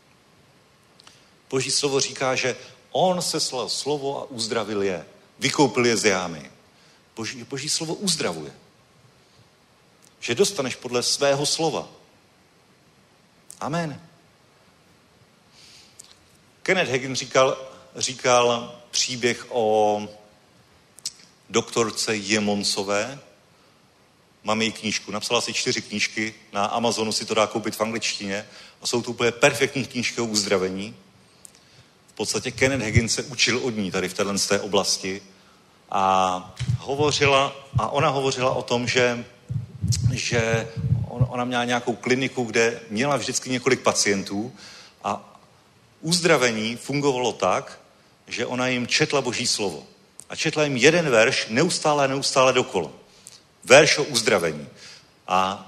Boží slovo říká, že on seslal slovo a uzdravil je. Vykoupil je z jámy. Boží, Boží slovo uzdravuje. Že dostaneš podle svého slova. Amen. Kenneth Hagin říkal, říkal příběh o doktorce Jemonsové mám její knížku. Napsala si čtyři knížky, na Amazonu si to dá koupit v angličtině a jsou to úplně perfektní knížky o uzdravení. V podstatě Kenneth Hagin se učil od ní tady v téhle z té oblasti a hovořila, a ona hovořila o tom, že, že on, ona měla nějakou kliniku, kde měla vždycky několik pacientů a uzdravení fungovalo tak, že ona jim četla Boží slovo. A četla jim jeden verš neustále, neustále dokola. Verš o uzdravení. A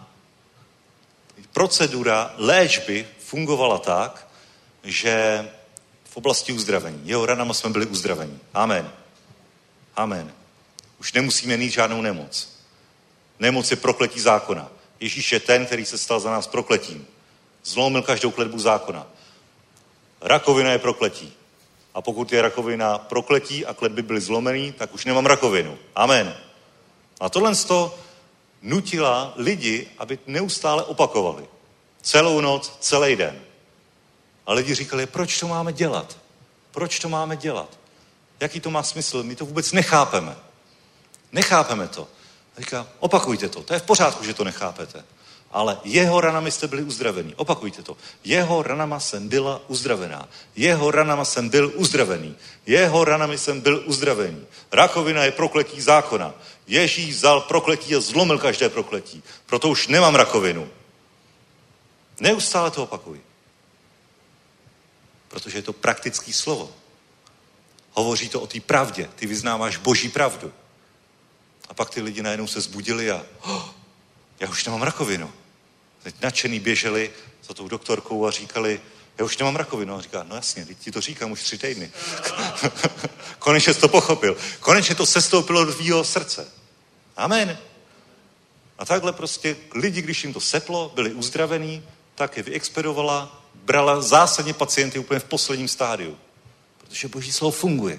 procedura léčby fungovala tak, že v oblasti uzdravení. Jeho ranama jsme byli uzdraveni. Amen. Amen. Už nemusíme mít žádnou nemoc. Nemoc je prokletí zákona. Ježíš je ten, který se stal za nás prokletím. Zlomil každou kletbu zákona. Rakovina je prokletí. A pokud je rakovina prokletí a kletby byly zlomený, tak už nemám rakovinu. Amen. A tohle to nutila lidi, aby neustále opakovali. Celou noc, celý den. A lidi říkali, proč to máme dělat? Proč to máme dělat? Jaký to má smysl? My to vůbec nechápeme. Nechápeme to. A říká, opakujte to. To je v pořádku, že to nechápete. Ale jeho ranami jste byli uzdravení. Opakujte to. Jeho ranama jsem byla uzdravená. Jeho ranama jsem byl uzdravený. Jeho ranami jsem byl uzdravený. Rakovina je prokletí zákona. Ježíš vzal prokletí a zlomil každé prokletí. Proto už nemám rakovinu. Neustále to opakuj. Protože je to praktický slovo. Hovoří to o té pravdě. Ty vyznáváš Boží pravdu. A pak ty lidi najednou se zbudili a oh, já už nemám rakovinu. Teď nadšený běželi za tou doktorkou a říkali, já už nemám rakovinu. A říká, no jasně, teď ti to říkám už tři týdny. Konečně jsi to pochopil. Konečně to sestoupilo do tvýho srdce. Amen. A takhle prostě lidi, když jim to seplo, byli uzdravení, tak je vyexpedovala, brala zásadně pacienty úplně v posledním stádiu. Protože Boží slovo funguje.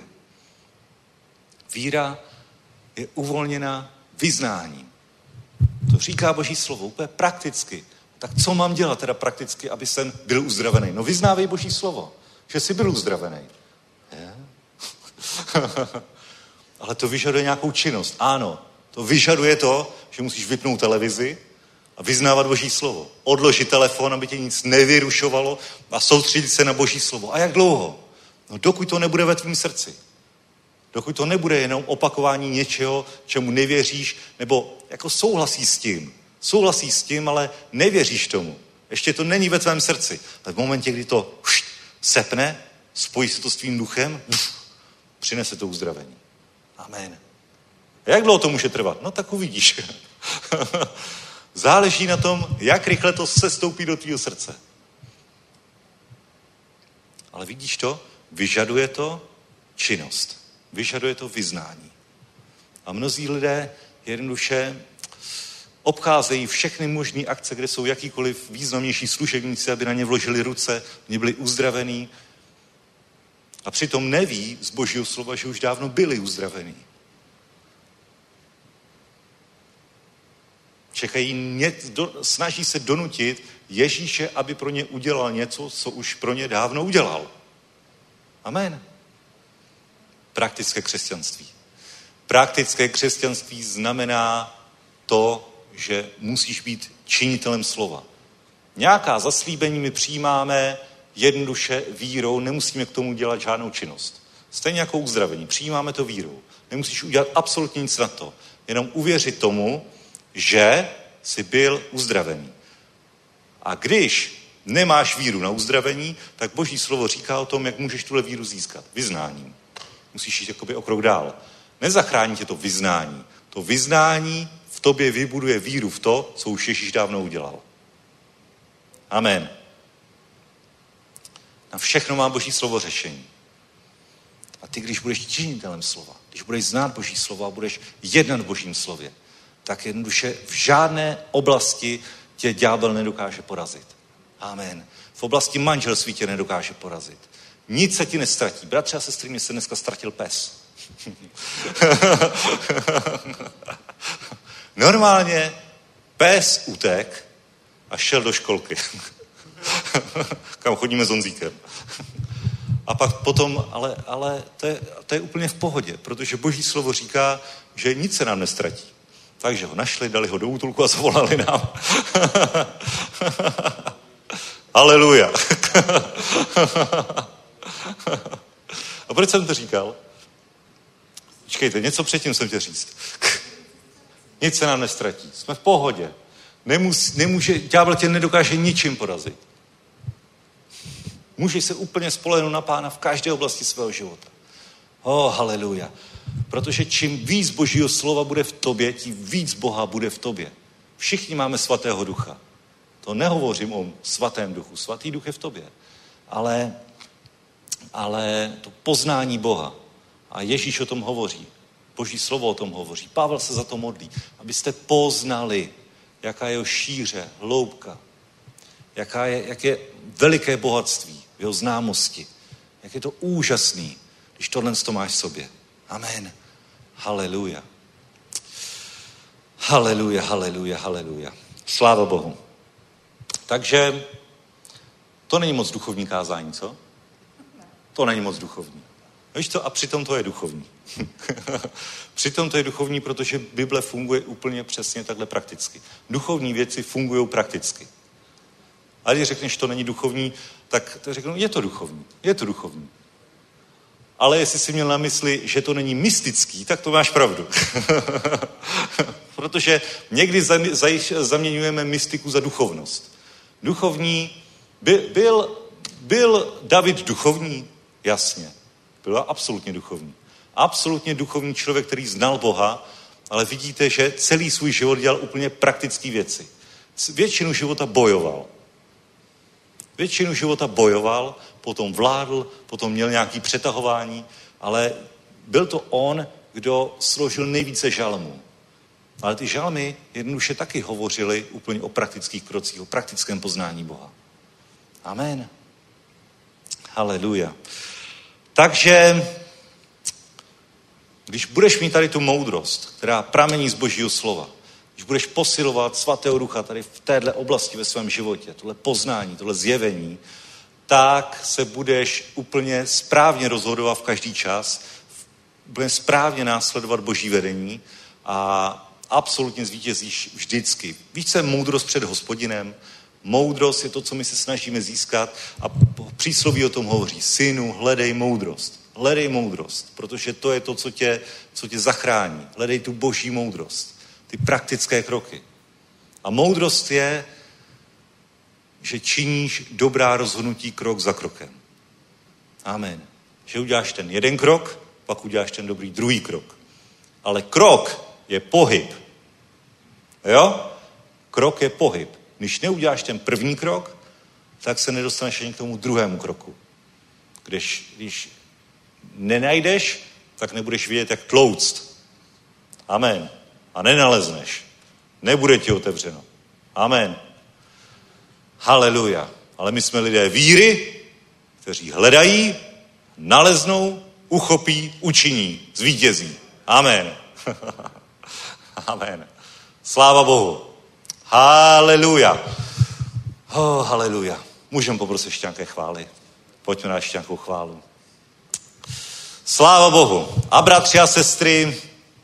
Víra je uvolněna vyznáním. To říká Boží slovo úplně prakticky. Tak co mám dělat teda prakticky, aby jsem byl uzdravený? No vyznávej Boží slovo, že jsi byl uzdravený. Ale to vyžaduje nějakou činnost. Ano, to vyžaduje to, že musíš vypnout televizi a vyznávat Boží slovo. Odložit telefon, aby tě nic nevyrušovalo a soustředit se na Boží slovo. A jak dlouho? No dokud to nebude ve tvém srdci. Dokud to nebude jenom opakování něčeho, čemu nevěříš, nebo jako souhlasí s tím. Souhlasí s tím, ale nevěříš tomu. Ještě to není ve tvém srdci. Ale v momentě, kdy to št, sepne, spojí se to s tvým duchem, pf, přinese to uzdravení. Amen. A jak dlouho to může trvat? No tak uvidíš. Záleží na tom, jak rychle to sestoupí do tvýho srdce. Ale vidíš to? Vyžaduje to činnost. Vyžaduje to vyznání. A mnozí lidé jednoduše obcházejí všechny možné akce, kde jsou jakýkoliv významnější služebníci, aby na ně vložili ruce, oni byli uzdravení. A přitom neví z Božího slova, že už dávno byli uzdravení. Čekají, ně, do, snaží se donutit Ježíše, aby pro ně udělal něco, co už pro ně dávno udělal. Amen. Praktické křesťanství. Praktické křesťanství znamená to, že musíš být činitelem slova. Nějaká zaslíbení my přijímáme jednoduše vírou, nemusíme k tomu dělat žádnou činnost. Stejně jako uzdravení, přijímáme to vírou. Nemusíš udělat absolutně nic na to. Jenom uvěřit tomu, že jsi byl uzdravený. A když nemáš víru na uzdravení, tak Boží slovo říká o tom, jak můžeš tuhle víru získat. Vyznáním. Musíš jít jakoby o krok dál. Nezachrání tě to vyznání. To vyznání v tobě vybuduje víru v to, co už Ježíš dávno udělal. Amen. Na všechno má Boží slovo řešení. A ty, když budeš činitelem slova, když budeš znát Boží slovo a budeš jednat v Božím slově, tak jednoduše v žádné oblasti tě ďábel nedokáže porazit. Amen. V oblasti manželství tě nedokáže porazit. Nic se ti nestratí. Bratře a sestry, mě se dneska ztratil pes. Normálně pes utek a šel do školky. Kam chodíme s Honzíkem. A pak potom, ale, ale to, je, to je úplně v pohodě, protože Boží slovo říká, že nic se nám nestratí. Takže ho našli, dali ho do útulku a zavolali nám. Haleluja. A proč jsem to říkal? Počkejte, něco předtím jsem chtěl říct. Nic se nám nestratí. Jsme v pohodě. Nemus, nemůže, ďábel tě nedokáže ničím porazit. Můžeš se úplně spolehnout na Pána v každé oblasti svého života. Oh, haleluja. Protože čím víc Božího slova bude v tobě, tím víc Boha bude v tobě. Všichni máme svatého ducha. To nehovořím o svatém duchu. Svatý duch je v tobě. Ale, ale to poznání Boha. A Ježíš o tom hovoří. Boží slovo o tom hovoří. Pavel se za to modlí. Abyste poznali, jaká je jeho šíře, hloubka. Jaká je, jak je veliké bohatství v jeho známosti. Jak je to úžasný, když tohle to máš v sobě. Amen. Haleluja. Haleluja, haleluja, haleluja. Sláva Bohu. Takže to není moc duchovní kázání, co? To není moc duchovní. Víš co? A přitom to je duchovní. Přitom to je duchovní, protože Bible funguje úplně přesně takhle prakticky. Duchovní věci fungují prakticky. A když řekneš, to není duchovní, tak řeknu, je to duchovní. Je to duchovní. Ale jestli jsi měl na mysli, že to není mystický, tak to máš pravdu. Protože někdy zaměňujeme mystiku za duchovnost. Duchovní, by, byl, byl David duchovní? Jasně. Byl absolutně duchovní. Absolutně duchovní člověk, který znal Boha, ale vidíte, že celý svůj život dělal úplně praktické věci. Většinu života bojoval. Většinu života bojoval, potom vládl, potom měl nějaké přetahování, ale byl to on, kdo složil nejvíce žalmů. Ale ty žalmy jednoduše taky hovořily úplně o praktických krocích, o praktickém poznání Boha. Amen. Haleluja. Takže, když budeš mít tady tu moudrost, která pramení z Božího slova, když budeš posilovat svatého ducha tady v téhle oblasti ve svém životě, tohle poznání, tohle zjevení, tak se budeš úplně správně rozhodovat v každý čas, budeš správně následovat Boží vedení a absolutně zvítězíš vždycky. Víš, co je moudrost před Hospodinem? Moudrost je to, co my se snažíme získat a přísloví o tom hovoří. Synu, hledej moudrost. Hledej moudrost, protože to je to, co tě, co tě zachrání. Hledej tu Boží moudrost. Ty praktické kroky. A moudrost je, že činíš dobrá rozhodnutí krok za krokem. Amen. Že uděláš ten jeden krok, pak uděláš ten dobrý druhý krok. Ale krok je pohyb. Jo? Krok je pohyb. Když neuděláš ten první krok, tak se nedostaneš ani k tomu druhému kroku. Když, když nenajdeš, tak nebudeš vědět, jak tlouct. Amen. A nenalezneš. Nebude ti otevřeno. Amen. Haleluja. Ale my jsme lidé víry, kteří hledají, naleznou, uchopí, učiní, zvítězí. Amen. Amen. Sláva Bohu. Haleluja. Oh, haleluja. Můžeme poprosit ještě nějaké chvály. Pojďme na ještě nějakou chválu. Sláva Bohu. A bratři a sestry,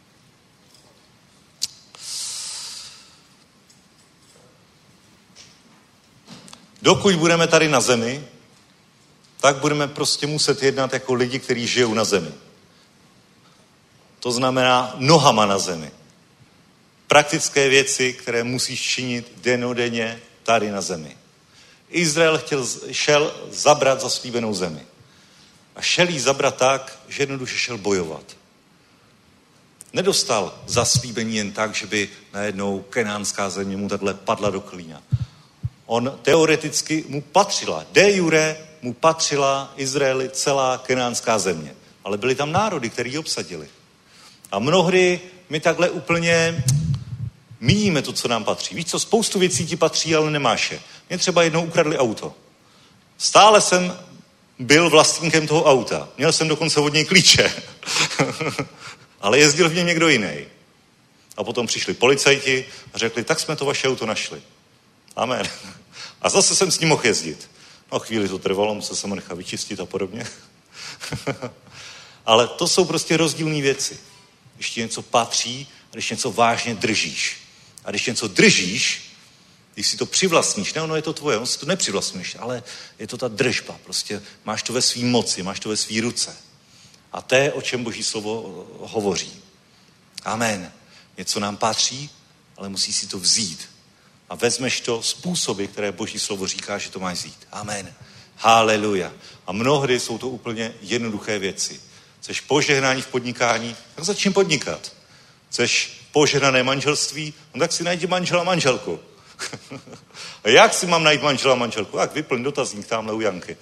dokud budeme tady na zemi, tak budeme prostě muset jednat jako lidi, kteří žijou na zemi. To znamená nohama na zemi. Praktické věci, které musíš činit dennodenně tady na zemi. Izrael chtěl, šel zabrat zaslíbenou zemi. A šel jí zabrat tak, že jednoduše šel bojovat. Nedostal zaslíbení jen tak, že by najednou kenánská země mu takhle padla do klína. On teoreticky mu patřila, de jure mu patřila Izraeli celá kenánská země. Ale byly tam národy, které ji obsadili. A mnohdy my takhle úplně míjíme to, co nám patří. Víš co, spoustu věcí ti patří, ale nemáš je. Mě třeba jednou ukradli auto. Stále jsem byl vlastníkem toho auta. Měl jsem dokonce od něj klíče. Ale jezdil v něm někdo jiný. A potom přišli policajti a řekli, tak jsme to vaše auto našli. Amen. A zase jsem s ním mohl jezdit. No chvíli to trvalo, musel jsem ho nechat vyčistit a podobně. Ale to jsou prostě rozdílné věci. Když ti něco patří když něco vážně držíš. A když něco držíš, když si to přivlastníš, ne, ono je to tvoje, ono si to nepřivlastníš, ale je to ta držba, prostě máš to ve svý moci, máš to ve svý ruce. A to je, o čem Boží slovo hovoří. Amen. Něco nám patří, ale musí si to vzít. A vezmeš to způsoby, které Boží slovo říká, že to máš vzít. Amen. Haleluja. A mnohdy jsou to úplně jednoduché věci. Chceš požehnání v podnikání, tak začni podnikat. Chceš požehnané manželství, no tak si najdi manžela, manželku. A jak si mám najít manžela, manželku? Tak vyplň dotazník tamhle u Janky.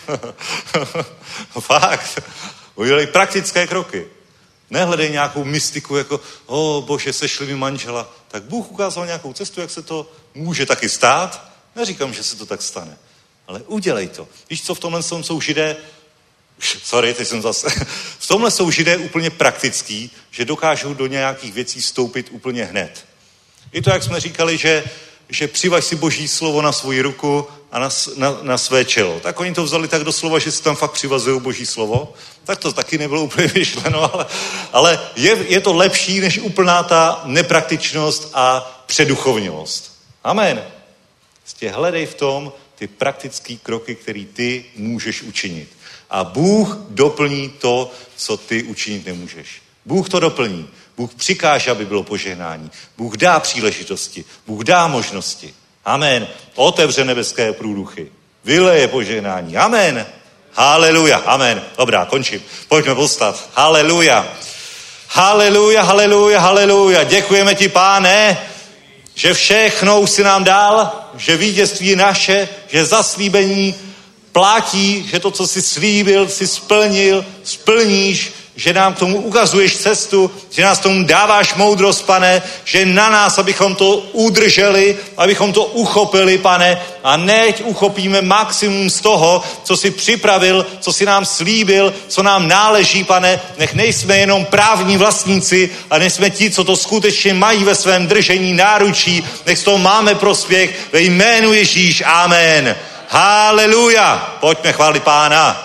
Fakt. Udělej praktické kroky. Nehledej nějakou mystiku, jako, o bože, sešli mi manžela. Tak Bůh ukázal nějakou cestu, jak se to může taky stát. Neříkám, že se to tak stane. Ale udělej to. Víš co, v tomhle jsou Židé, sorry, teď jsem zase, v tomhle jsou Židé úplně praktický, že dokážou do nějakých věcí vstoupit úplně hned. I to, jak jsme říkali, že, že přivaž si Boží slovo na svoji ruku a na, na, na své čelo. Tak oni to vzali tak doslova, že si tam fakt přivazují Boží slovo. Tak to taky nebylo úplně myšleno, ale, ale je, je to lepší, než úplná ta nepraktičnost a předuchovňovost. Amen. Prostě hledej v tom ty praktické kroky, které ty můžeš učinit. A Bůh doplní to, co ty učinit nemůžeš. Bůh to doplní. Bůh přikáže, aby bylo požehnání. Bůh dá příležitosti. Bůh dá možnosti. Amen. Otevře nebeské průduchy. Vyleje požehnání. Amen. Haleluja. Amen. Dobrá, končím. Pojďme povstat. Haleluja. Haleluja, haleluja, haleluja. Děkujeme ti, Páne, že všechno už si nám dal, že vítězství je naše, že zaslíbení platí, že to, co jsi slíbil, jsi splnil, splníš, že nám k tomu ukazuješ cestu, že nás k tomu dáváš moudrost, Pane, že na nás, abychom to udrželi, abychom to uchopili, Pane, a neď uchopíme maximum z toho, co jsi připravil, co jsi nám slíbil, co nám náleží, Pane, nech nejsme jenom právní vlastníci, a nejsme ti, co to skutečně mají ve svém držení náručí, nech z toho máme prospěch ve jménu Ježíš. Amen. Haleluja. Pojďme chválit Pána.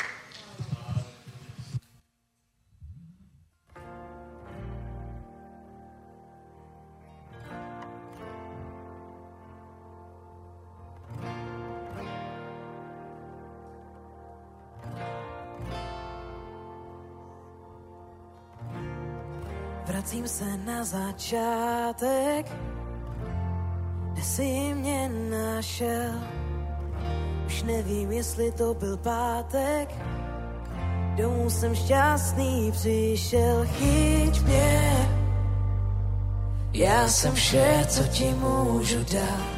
Vracím se na začátek, kde jsi mě našel. Už nevím, jestli to byl pátek, domů jsem šťastný přišel. Chyť mě, já jsem vše, co ti můžu dát.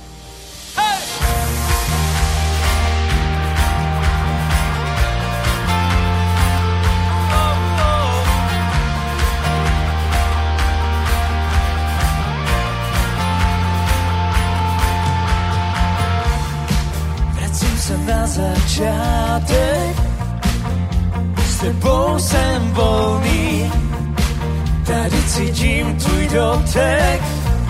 Na začátek, s tebou jsem volný, tady cítím tvůj dotek,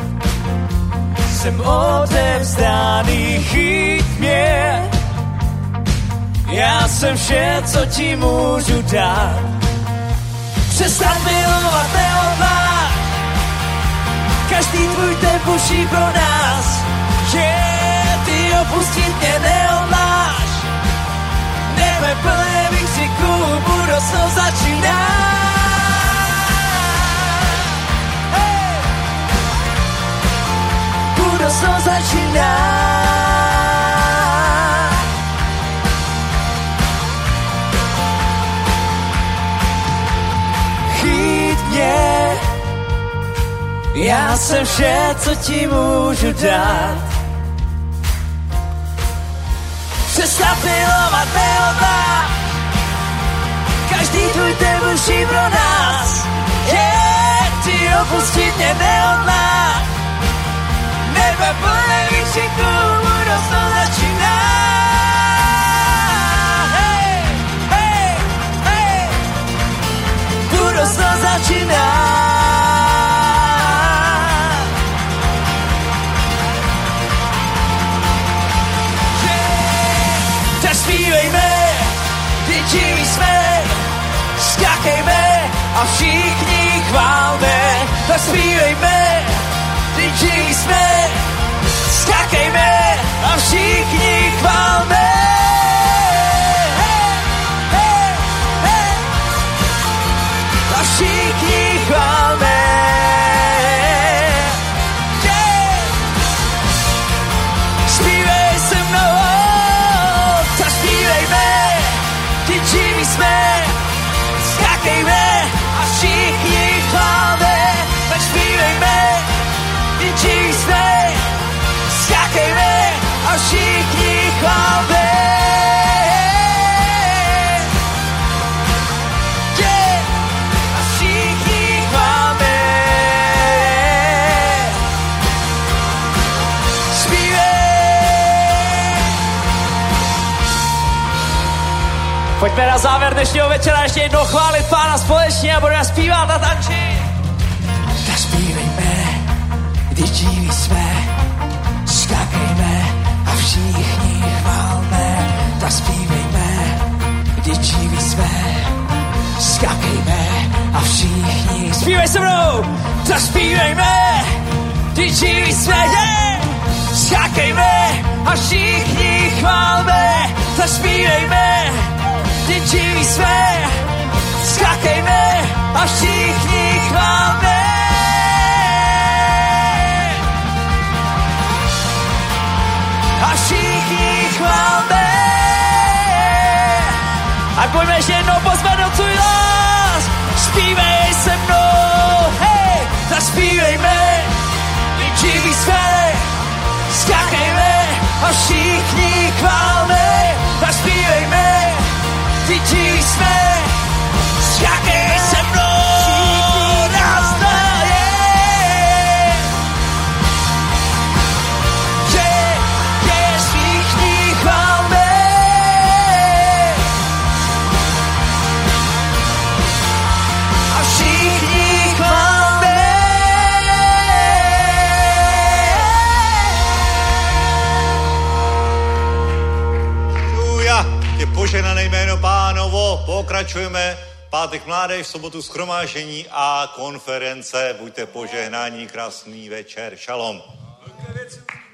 jsem odevzdaný, chyť mě, já jsem vše, co ti můžu dát. Přestaň milovat, neodváž, každý tvůj den buší pro nás, že ty opustit mě neodváž. Nebe plné výkřiků, budoucnost začíná. Hey! Budoucnost začíná. Chyť mě, já jsem vše, co ti můžu dát. Přestaň milovat, neodváž, každý tvůj den buší pro nás. Yeah, ty opustit mě neodváž. Nebe plné výkřiků, budoucnost začíná. Hey, hey, hey, budoucnost začíná. Zpívejme, děti jsme, skákejme a všichni chválme, tak zpívejme, vždyť živí jsme, skakejme a všichni chválme. Hey, hey, hey. A všichni chválme. Yeah. Zpívej se mnou, tak zpívejme, vždyť živí jsme, skakejme a všichni chválme. Tak zpívejme, vždyť živí jsme, skakejme a všichni chválme. Yeah. A všichni chválme. Zpívej. Pojďme na závěr dnešního večera ještě jednou chválit Pána společně a budeme zpívat a tančit. Tak zpívejme, když živí jsme, skakejme a všichni chválme. Tak zpívejme, když živí jsme, skakejme a všichni. Zpívej se mnou! Tak zpívejme, když živí jsme, yeah! Skakejme a všichni chválme. Tak zpívejme, když živí jsme, skakejme a všichni chválme. A všichni chválme. A pojďme ještě jednou pozvednout svůj hlas. Zpívej se mnou, hej, zaspívejme, vždyť živí jsme, skakejme a všichni chválme. Zaspívejme, vždyť živí jsme, skakejme se mnou. Požehnané jméno Pánovo, pokračujeme. Pátek mládež, v sobotu shromáždění a konference. Buďte požehnáni, krásný večer. Šalom.